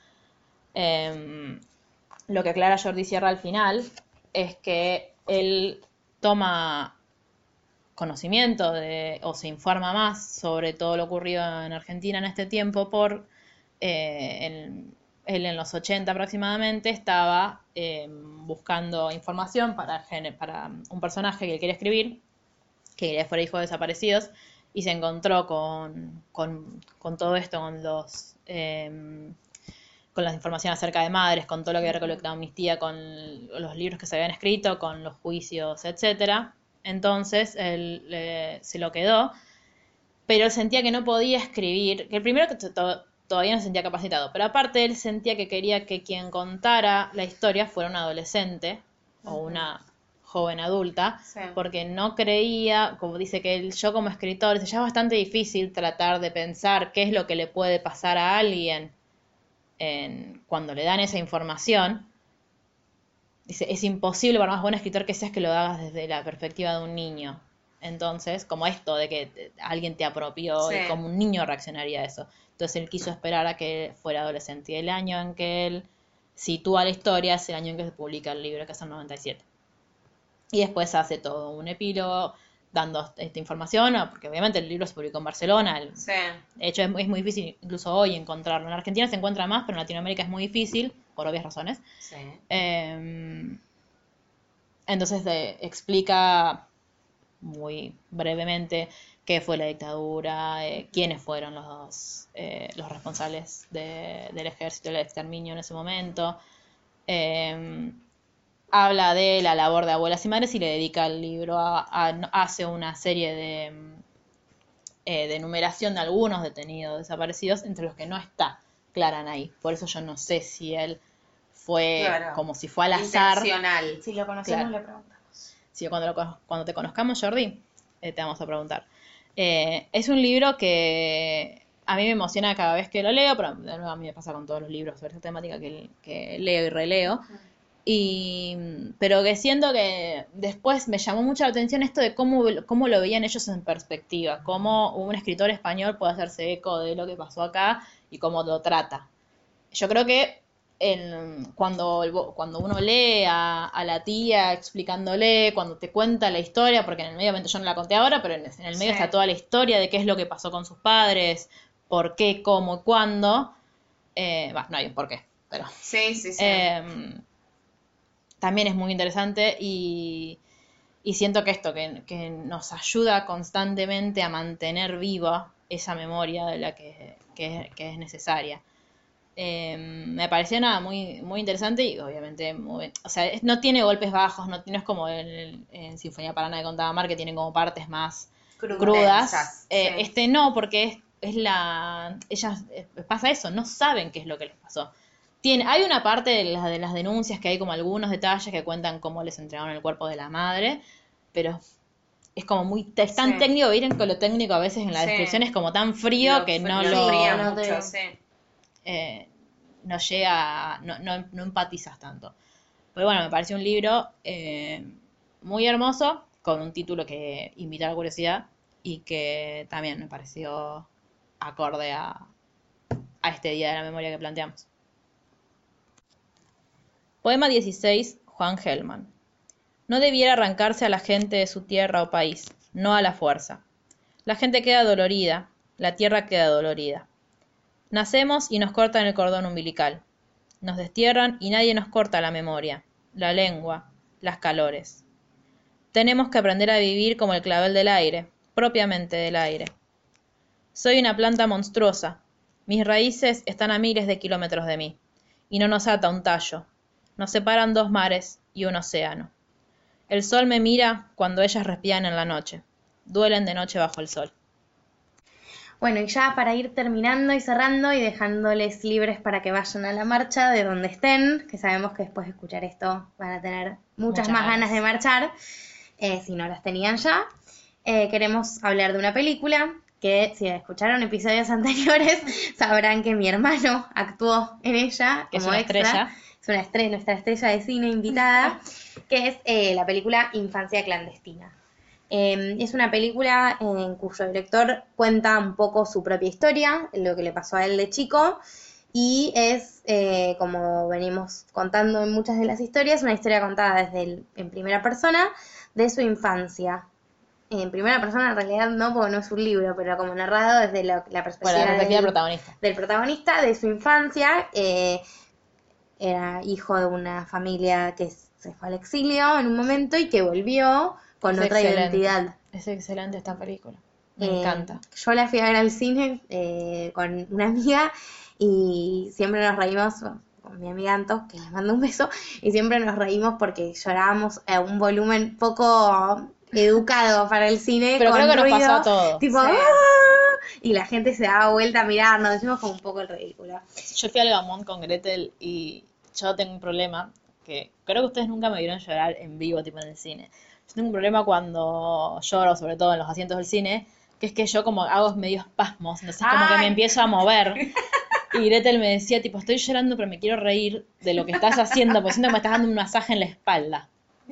Eh, lo que aclara Jordi Sierra al final es que él toma conocimiento de, o se informa más sobre todo lo ocurrido en Argentina en este tiempo por, eh, en- él en los ochenta aproximadamente estaba eh, buscando información para, gene- para un personaje que él quería escribir, que quería que fuera hijo de desaparecidos, y se encontró con, con, con todo esto, con los eh, con la información acerca de madres, con todo lo que había recolectado mis tía, con los libros que se habían escrito, con los juicios, etcétera. Entonces él eh, se lo quedó, pero él sentía que no podía escribir, que el primero que to- todavía no se sentía capacitado, pero aparte él sentía que quería que quien contara la historia fuera un adolescente o una joven adulta, Sí. porque no creía, como dice que él, yo como escritor, dice, ya es bastante difícil tratar de pensar qué es lo que le puede pasar a alguien en, cuando le dan esa información. Dice, es imposible para más buen escritor que seas que lo hagas desde la perspectiva de un niño. Entonces, como esto de que te- alguien te apropió Sí. y como un niño reaccionaría a eso. Entonces él quiso esperar a que fuera adolescente. Y el año en que él sitúa la historia es el año en que se publica el libro, que es el noventa y siete. Y después hace todo un epílogo dando esta información, ¿no? Porque obviamente el libro se publicó en Barcelona. el- Sí. De hecho, es muy, es muy difícil incluso hoy encontrarlo. En Argentina se encuentra más, pero en Latinoamérica es muy difícil, por obvias razones. Sí. Eh, entonces eh, explica muy brevemente qué fue la dictadura, eh, quiénes fueron los, eh, los responsables de- del ejército del exterminio en ese momento. Eh, habla de la labor de abuelas y madres y le dedica el libro a, a- hace una serie de, eh, de enumeración de algunos detenidos desaparecidos, entre los que no está Clara Nay. Por eso yo no sé si él fue Claro. como si fue al azar. Intencional. Si lo conocemos, Claro. le preguntamos. Sí, cuando, lo cono- cuando te conozcamos, Jordi, eh, te vamos a preguntar. Eh, es un libro que a mí me emociona cada vez que lo leo, pero de nuevo a mí me pasa con todos los libros sobre esta temática que, que leo y releo. Y, pero que siento que después me llamó mucho la atención esto de cómo, cómo lo veían ellos en perspectiva, cómo un escritor español puede hacerse eco de lo que pasó acá y cómo lo trata. Yo creo que en, cuando, el bo- cuando uno lee a, a la tía explicándole, cuando te cuenta la historia, porque en el medio, obviamente yo no la conté ahora, pero en, en el medio Sí. está toda la historia de qué es lo que pasó con sus padres, por qué, cómo y cuándo. Eh, bah, no hay un por qué, pero... Sí, sí, sí. Eh, también es muy interesante y, y siento que esto, que, que nos ayuda constantemente a mantener viva esa memoria de la que, que, que es necesaria. Eh, me pareció nada muy, muy interesante y obviamente muy, o sea, es- no tiene golpes bajos, no, no es como en, en Sinfonía para nada de Contaba Mar, que tiene como partes más Cru- crudas. densas, Eh, sí. Este no, porque es, es la, ellas, eh, pasa eso, no saben qué es lo que les pasó. Tiene, hay una parte de las, de las denuncias que hay como algunos detalles que cuentan cómo les entregaron el cuerpo de la madre, pero es como muy, es tan Sí. técnico, vieron que lo técnico a veces en la Sí. descripción es como tan frío Lo que fr- no lo lo, fría no mucho, te- sí. eh, no llega, no, no, no empatizas tanto. Pero bueno, me pareció un libro eh, muy hermoso, con un título que invita a la curiosidad y que también me pareció acorde a, a este Día de la Memoria que planteamos. Poema dieciséis, Juan Gelman. No debiera arrancarse a la gente de su tierra o país, no a la fuerza. La gente queda dolorida, la tierra queda dolorida. Nacemos y nos cortan el cordón umbilical. Nos destierran y nadie nos corta la memoria, la lengua, las calores. Tenemos que aprender a vivir como el clavel del aire, propiamente del aire. Soy una planta monstruosa. Mis raíces están a miles de kilómetros de mí, y no nos ata un tallo. Nos separan dos mares y un océano. El sol me mira cuando ellas respiran en la noche. Duelen de noche bajo el sol. Bueno, y ya para ir terminando y cerrando y dejándoles libres para que vayan a la marcha de donde estén, que sabemos que después de escuchar esto van a tener muchas, Muchas más ganas. ganas de marchar, eh, si no las tenían ya. Eh, queremos hablar de una película que si escucharon episodios anteriores sabrán que mi hermano actuó en ella Que es como una extra. estrella. Es una estrella, nuestra estrella de cine invitada, que es eh, la película Infancia Clandestina. Eh, es una película en cuyo director cuenta un poco su propia historia, lo que le pasó a él de chico, y es, eh, como venimos contando en muchas de las historias, una historia contada desde el, en primera persona de su infancia. En primera persona en realidad no, porque no es un libro, pero como narrado desde la, la Bueno, perspectiva, la perspectiva del del, protagonista. del protagonista, de su infancia. Eh, era hijo de una familia que se fue al exilio en un momento y que volvió con Es otra excelente. identidad. Es excelente esta película. Me Eh, encanta. Yo la fui a ver al cine eh, con una amiga y siempre nos reímos, con mi amiga Anto, que le mando un beso, y siempre nos reímos porque llorábamos a un volumen poco educado para el cine. Pero con creo que nos ruido, pasó a todos. Tipo, Sí. ¡ah! Y la gente se daba vuelta a mirar, nos decimos como un poco el ridículo. Yo fui al Gamón con Gretel y yo tengo un problema que creo que ustedes nunca me vieron llorar en vivo, tipo en el cine. Yo tengo un problema cuando lloro, sobre todo en los asientos del cine, que es que yo como hago medios espasmos, entonces como que me Ay. empiezo a mover. Y Gretel me decía, tipo, estoy llorando pero me quiero reír de lo que estás haciendo, porque siento que me estás dando un masaje en la espalda.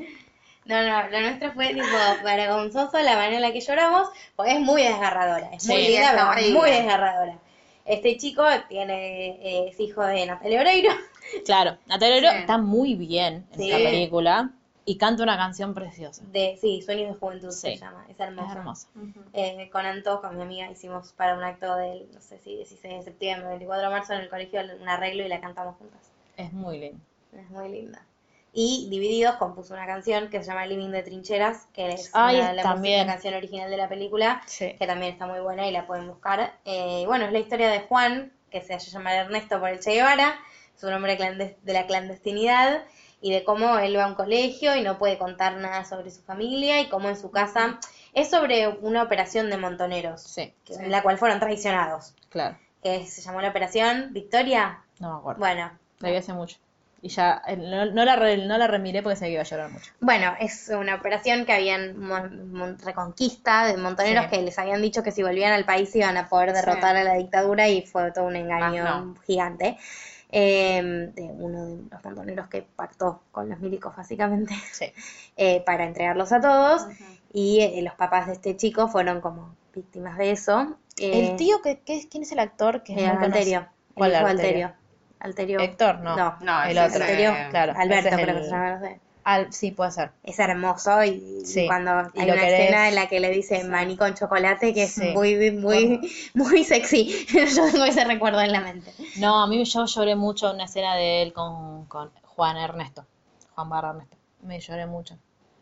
No, no, lo nuestro fue tipo vergonzoso la manera en la que lloramos, porque es muy desgarradora, es muy Sí, linda, es pero es horrible. muy desgarradora. Este chico tiene, eh, es hijo de Natalia Oreiro. Claro, Natalia Oreiro Sí. está muy bien en Sí. esta película y canta una canción preciosa. De, sí, Sueños de Juventud se Sí. llama, es hermosa. Es hermosa. Eh, con Anto, con mi amiga, hicimos para un acto del, no sé si dieciséis de septiembre, veinticuatro de marzo en el colegio, un arreglo y la cantamos juntas. Es muy lindo. Es muy linda. Y Divididos compuso una canción que se llama Living de Trincheras, que es Ay, una, la, también. música- la canción original de la película, Sí. que también está muy buena y la pueden buscar. Eh, bueno, es la historia de Juan, que se hace llamar Ernesto por el Che Guevara, es un hombre clandes- de la clandestinidad, y de cómo él va a un colegio y no puede contar nada sobre su familia, y cómo en su casa es sobre una operación de montoneros, Sí, que- Sí. en la cual fueron traicionados, claro. que se llamó la operación Victoria. No me acuerdo. Bueno, La vi hace mucho. Y ya eh, no, no la re- no la remiré porque sé que iba a llorar mucho. Bueno, es una operación que habían mon- mon- reconquista de montoneros Sí. que les habían dicho que si volvían al país iban a poder derrotar Sí. a la dictadura, y fue todo un engaño Más no. gigante. Eh, de uno de los montoneros que pactó con los milicos básicamente Sí. eh, para entregarlos a todos, y eh, los papás de este chico fueron como víctimas de eso. Eh, El tío, que, que- ¿quién es el actor? Que es eh, muy Alterio, conocido? ¿Cuál el hijo de Alterio? Alterio. Alterio. Héctor, no. No, No, el ese otro. es, Alterio. eh, Claro, Alberto, ese es creo el- que se llama, no sé. Al, sí, puede ser. Es hermoso y, Sí. y cuando Y hay lo una querés- escena en la que le dice maní con chocolate, que es Sí. muy, muy, muy sexy. Yo tengo ese recuerdo en la mente. No, a mí yo lloré mucho en una escena de él con, con Juan Ernesto. Juan barra Ernesto. Me lloré mucho.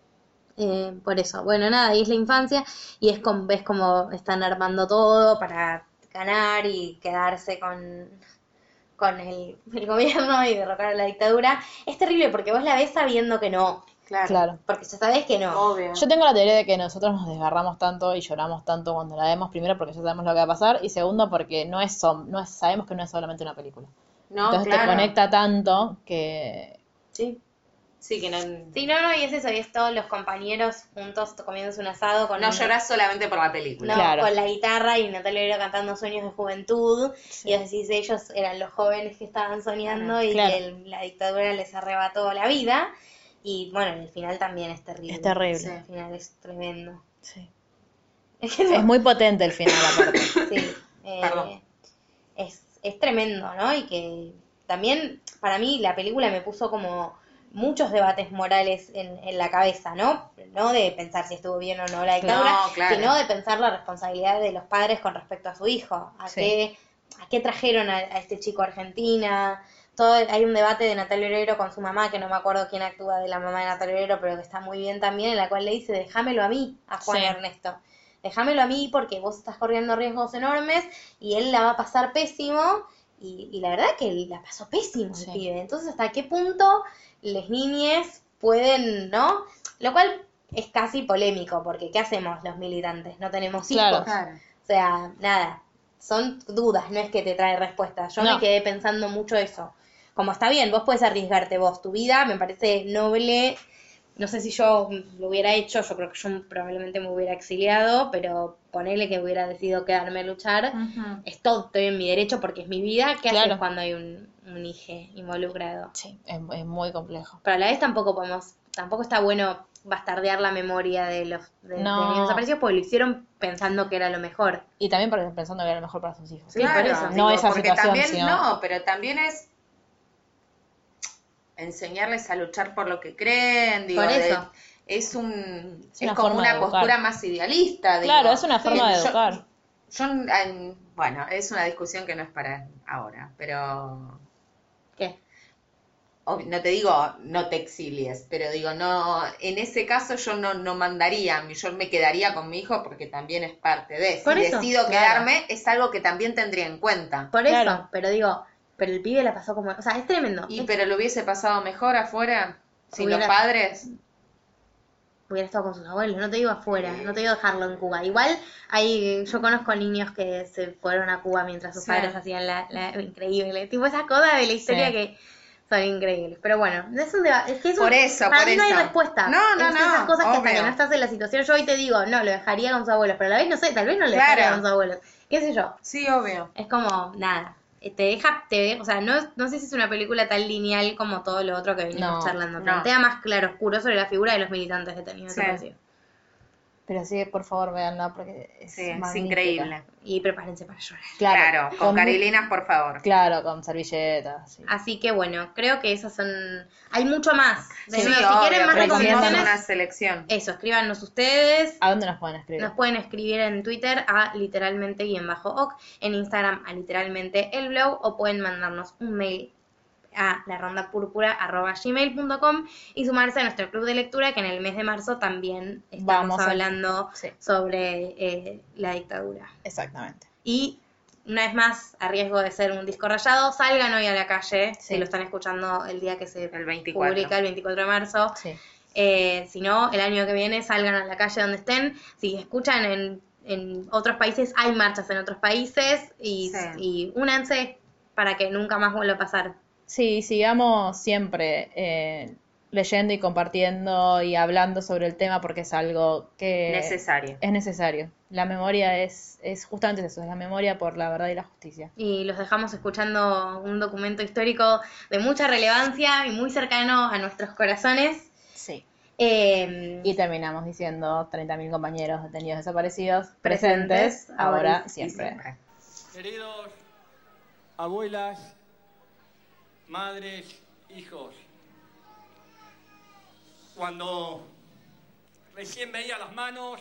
Eh, por eso, bueno, nada, y es la infancia y es como, ves como están armando todo para ganar y quedarse con, con el, el gobierno y derrocar a la dictadura. Es terrible porque vos la ves sabiendo que no, Claro. Claro. porque ya sabés que no. Obvio. Yo tengo la teoría de que nosotros nos desgarramos tanto y lloramos tanto cuando la vemos, primero porque ya sabemos lo que va a pasar y segundo porque no es, som- no es sabemos que no es solamente una película. No, Entonces claro. te conecta tanto que Sí. Sí, que no, Sí, no, no, y es eso, y es todos los compañeros juntos comiéndose un asado con no un- llorás solamente por la película. No, Claro. con la guitarra y Natalia Oreiro cantando Sueños de Juventud. Sí. Y vos decís, ellos eran los jóvenes que estaban soñando y Claro. que el- la dictadura les arrebató la vida. Y bueno, el final también es terrible. Es terrible. Sí, el final es tremendo. sí. Es que no- Es muy potente el final aparte. Sí, eh, Perdón. es, es tremendo, ¿no? Y que también, para mí, la película me puso como muchos debates morales en, en la cabeza, ¿no? No de pensar si estuvo bien o no la dictadura, No, claro. sino de pensar la responsabilidad de los padres con respecto a su hijo. ¿A, Sí. qué, a qué trajeron a, a este chico a Argentina? Todo, hay un debate de Natalia Oreiro con su mamá, que no me acuerdo quién actúa de la mamá de Natalia Oreiro, pero que está muy bien también, en la cual le dice, déjamelo a mí, a Juan Sí. Ernesto. Déjamelo a mí porque vos estás corriendo riesgos enormes y él la va a pasar pésimo. Y, y la verdad que la pasó pésimo Sí. el pibe. Entonces, ¿hasta qué punto las niñes pueden, no? Lo cual es casi polémico, porque ¿qué hacemos los militantes? No tenemos hijos. Claro. Claro. O sea, nada, son dudas, no es que te trae respuestas. Yo No. me quedé pensando mucho eso. Como está bien, vos puedes arriesgarte vos tu vida, me parece noble. No sé si yo lo hubiera hecho, yo creo que yo probablemente me hubiera exiliado, pero ponele que hubiera decidido quedarme a luchar. Ujú. Es todo, estoy en mi derecho porque es mi vida. ¿Qué Claro. haces cuando hay un, un hijo involucrado? Sí, es, es muy complejo. Pero a la vez tampoco podemos, tampoco está bueno bastardear la memoria de los de, No. de niños desaparecidos porque lo hicieron pensando que era lo mejor. Y también porque pensando que era lo mejor para sus hijos. Sí, por Claro, eso. No esa porque situación, también, sino- no, pero también es enseñarles a luchar por lo que creen, digo, Por de- eso. es un Es es, una como forma una de educar. postura más idealista, digo. Claro, es una forma de yo- educar. Yo, em, bueno, es una discusión que no es para ahora, pero ¿Qué? ob- no te digo no te exilies, pero digo, no, en ese caso yo no, no mandaría, yo me quedaría con mi hijo porque también es parte de, si Por eso, decido claro. quedarme, es algo que también tendría en cuenta. Por Claro. eso, pero digo, pero el pibe la pasó como, o sea, es tremendo. Y Es- pero lo hubiese pasado mejor afuera, sin Hubiera- los padres. hubiera estado con sus abuelos, no te digo afuera, no te digo dejarlo en Cuba. Igual hay, yo conozco niños que se fueron a Cuba mientras sus Sí. padres hacían la, la increíble, tipo esa coda de la historia Sí. que son increíbles. Pero bueno, es un debate, es que es un- Por eso, para por mí no hay eso. respuesta. No, no, Es no, esas cosas que hasta obvio. que no estás en la situación, yo hoy te digo, no, lo dejaría con sus abuelos, pero a la vez no sé, tal vez no lo Claro. dejaría con sus abuelos. ¿Qué sé yo? Sí, obvio. Es como, nada, eh, te deja, te, o sea, no, no sé si es una película tan lineal como todo lo otro que venimos No, charlando. no. Plantea más claro oscuro sobre la figura de los militantes detenidos Sí. desaparecidos. Pero sí, por favor, véanla porque es, Sí, es magnífica. increíble. Y prepárense para llorar. Claro, con, con- carilinas, por favor. Claro, con servilletas. Sí. Así que bueno, creo que esas son... Hay mucho más. De Sí, nuevo, si obvio, quieren más pero hicimos recomendaciones, una selección. eso, escríbanos ustedes. ¿A dónde nos pueden escribir? Nos pueden escribir en Twitter a literalmente guión bajo oc, en Instagram a literalmente el blog, o pueden mandarnos un mail a la ronda púrpura arroba gmail punto com y sumarse a nuestro club de lectura, que en el mes de marzo también estamos Vamos a- hablando Sí. sobre eh, la dictadura. Exactamente. Y una vez más, a riesgo de ser un disco rayado, salgan hoy a la calle, Sí. si lo están escuchando el día que se El veinticuatro. publica, el veinticuatro de marzo. Sí. Eh, si no, el año que viene salgan a la calle donde estén. Si escuchan en, en otros países, hay marchas en otros países y, Sí. y únanse para que nunca más vuelva a pasar. Sí, sigamos siempre eh, leyendo y compartiendo y hablando sobre el tema porque es algo que Necesario. es necesario. La memoria es, es justamente eso, es la memoria por la verdad y la justicia. Y los dejamos escuchando un documento histórico de mucha relevancia y muy cercano a nuestros corazones. Sí. Eh, Y terminamos diciendo treinta mil compañeros detenidos desaparecidos, Presentes, presentes, ahora ahora siempre. Siempre. Queridos abuelas, madres, hijos, cuando recién veía las manos,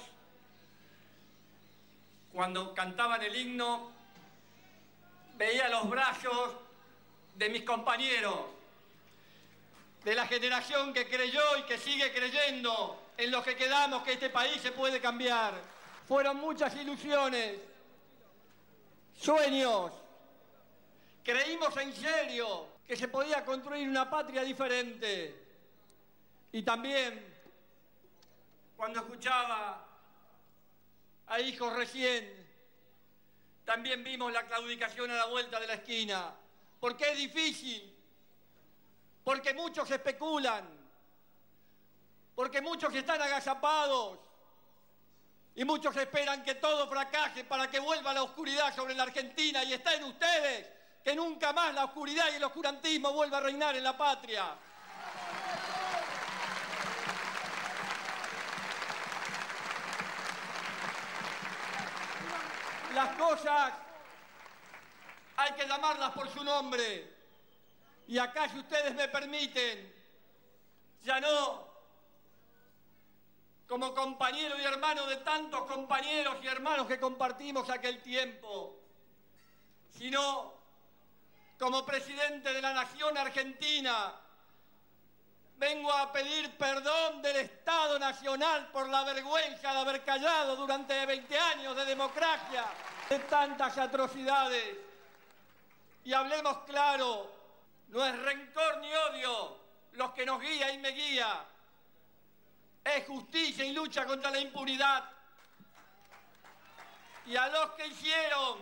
cuando cantaban el himno, veía los brazos de mis compañeros, de la generación que creyó y que sigue creyendo en lo que quedamos, que este país se puede cambiar. Fueron muchas ilusiones, sueños. Creímos en serio que se podía construir una patria diferente. Y también, cuando escuchaba a hijos recién, también vimos la claudicación a la vuelta de la esquina. Porque es difícil, porque muchos especulan, porque muchos están agazapados y muchos esperan que todo fracase para que vuelva la oscuridad sobre la Argentina, y está en ustedes que nunca más la oscuridad y el oscurantismo vuelva a reinar en la patria. Las cosas hay que llamarlas por su nombre. Y acá, si ustedes me permiten, ya no como compañero y hermano de tantos compañeros y hermanos que compartimos aquel tiempo, sino como presidente de la Nación Argentina, vengo a pedir perdón del Estado Nacional por la vergüenza de haber callado durante veinte años de democracia, de tantas atrocidades. Y hablemos claro, no es rencor ni odio los que nos guía y me guía, es justicia y lucha contra la impunidad. Y a los que hicieron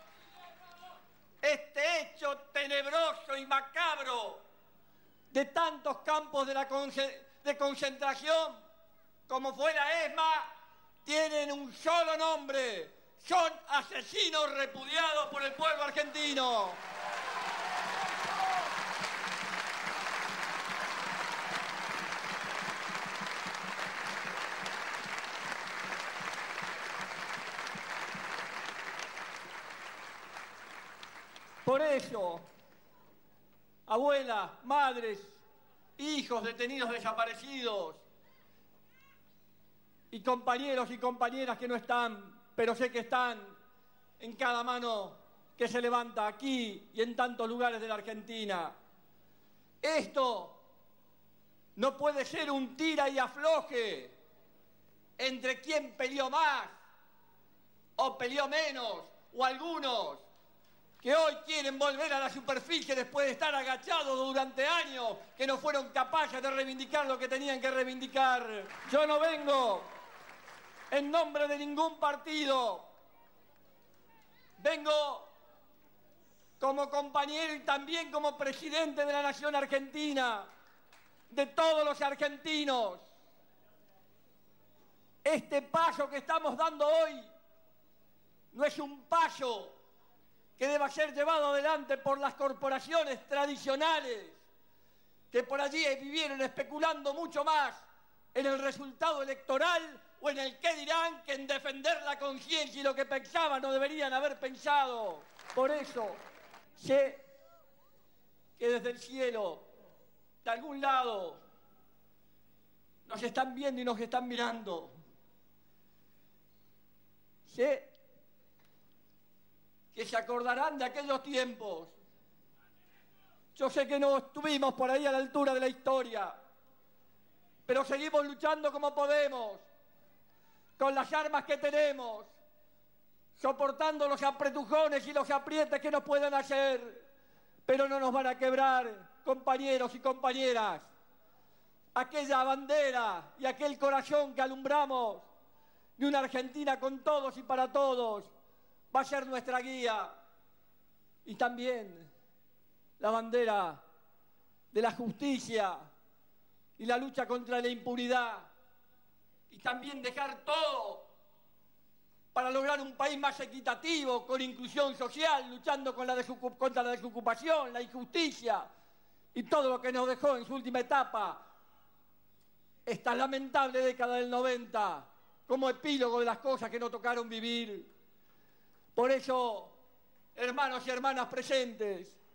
este hecho tenebroso y macabro de tantos campos de, la conce- de concentración, como fue la ESMA, tienen un solo nombre: son asesinos repudiados por el pueblo argentino. Por eso, abuelas, madres, hijos detenidos desaparecidos y compañeros y compañeras que no están, pero sé que están en cada mano que se levanta aquí y en tantos lugares de la Argentina. Esto no puede ser un tira y afloje entre quién peleó más o peleó menos, o algunos que hoy quieren volver a la superficie después de estar agachados durante años, que no fueron capaces de reivindicar lo que tenían que reivindicar. Yo no vengo en nombre de ningún partido, vengo como compañero y también como presidente de la Nación Argentina, de todos los argentinos. Este paso que estamos dando hoy no es un paso que deba ser llevado adelante por las corporaciones tradicionales, que por allí vivieron especulando mucho más en el resultado electoral o en el qué dirán que en defender la conciencia y lo que pensaban o deberían haber pensado. Por eso, sé que desde el cielo, de algún lado, nos están viendo y nos están mirando. Sé que se acordarán de aquellos tiempos. Yo sé que no estuvimos por ahí a la altura de la historia, pero seguimos luchando como podemos, con las armas que tenemos, soportando los apretujones y los aprietes que nos puedan hacer, pero no nos van a quebrar, compañeros y compañeras. Aquella bandera y aquel corazón que alumbramos de una Argentina con todos y para todos va a ser nuestra guía. Y también la bandera de la justicia y la lucha contra la impunidad. Y también dejar todo para lograr un país más equitativo, con inclusión social, luchando con la desocup- contra la desocupación, la injusticia y todo lo que nos dejó en su última etapa esta lamentable década del noventa, como epílogo de las cosas que nos tocaron vivir. Por eso, hermanos y hermanas presentes,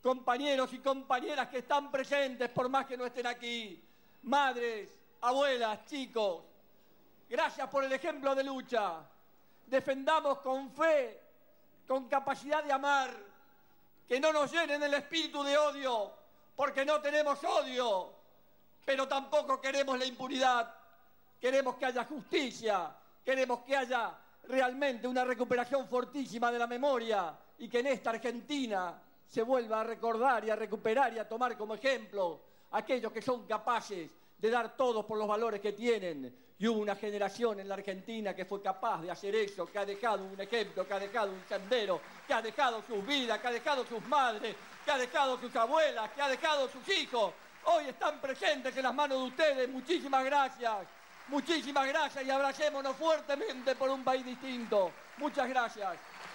compañeros y compañeras que están presentes, por más que no estén aquí, madres, abuelas, chicos, gracias por el ejemplo de lucha. Defendamos con fe, con capacidad de amar, que no nos llenen el espíritu de odio, porque no tenemos odio, pero tampoco queremos la impunidad. Queremos que haya justicia, queremos que haya realmente una recuperación fortísima de la memoria y que en esta Argentina se vuelva a recordar y a recuperar y a tomar como ejemplo aquellos que son capaces de dar todo por los valores que tienen. Y hubo una generación en la Argentina que fue capaz de hacer eso, que ha dejado un ejemplo, que ha dejado un sendero, que ha dejado sus vidas, que ha dejado sus madres, que ha dejado sus abuelas, que ha dejado sus hijos. Hoy están presentes en las manos de ustedes. Muchísimas gracias, muchísimas gracias y abracémonos fuertemente por un país distinto. Muchas gracias.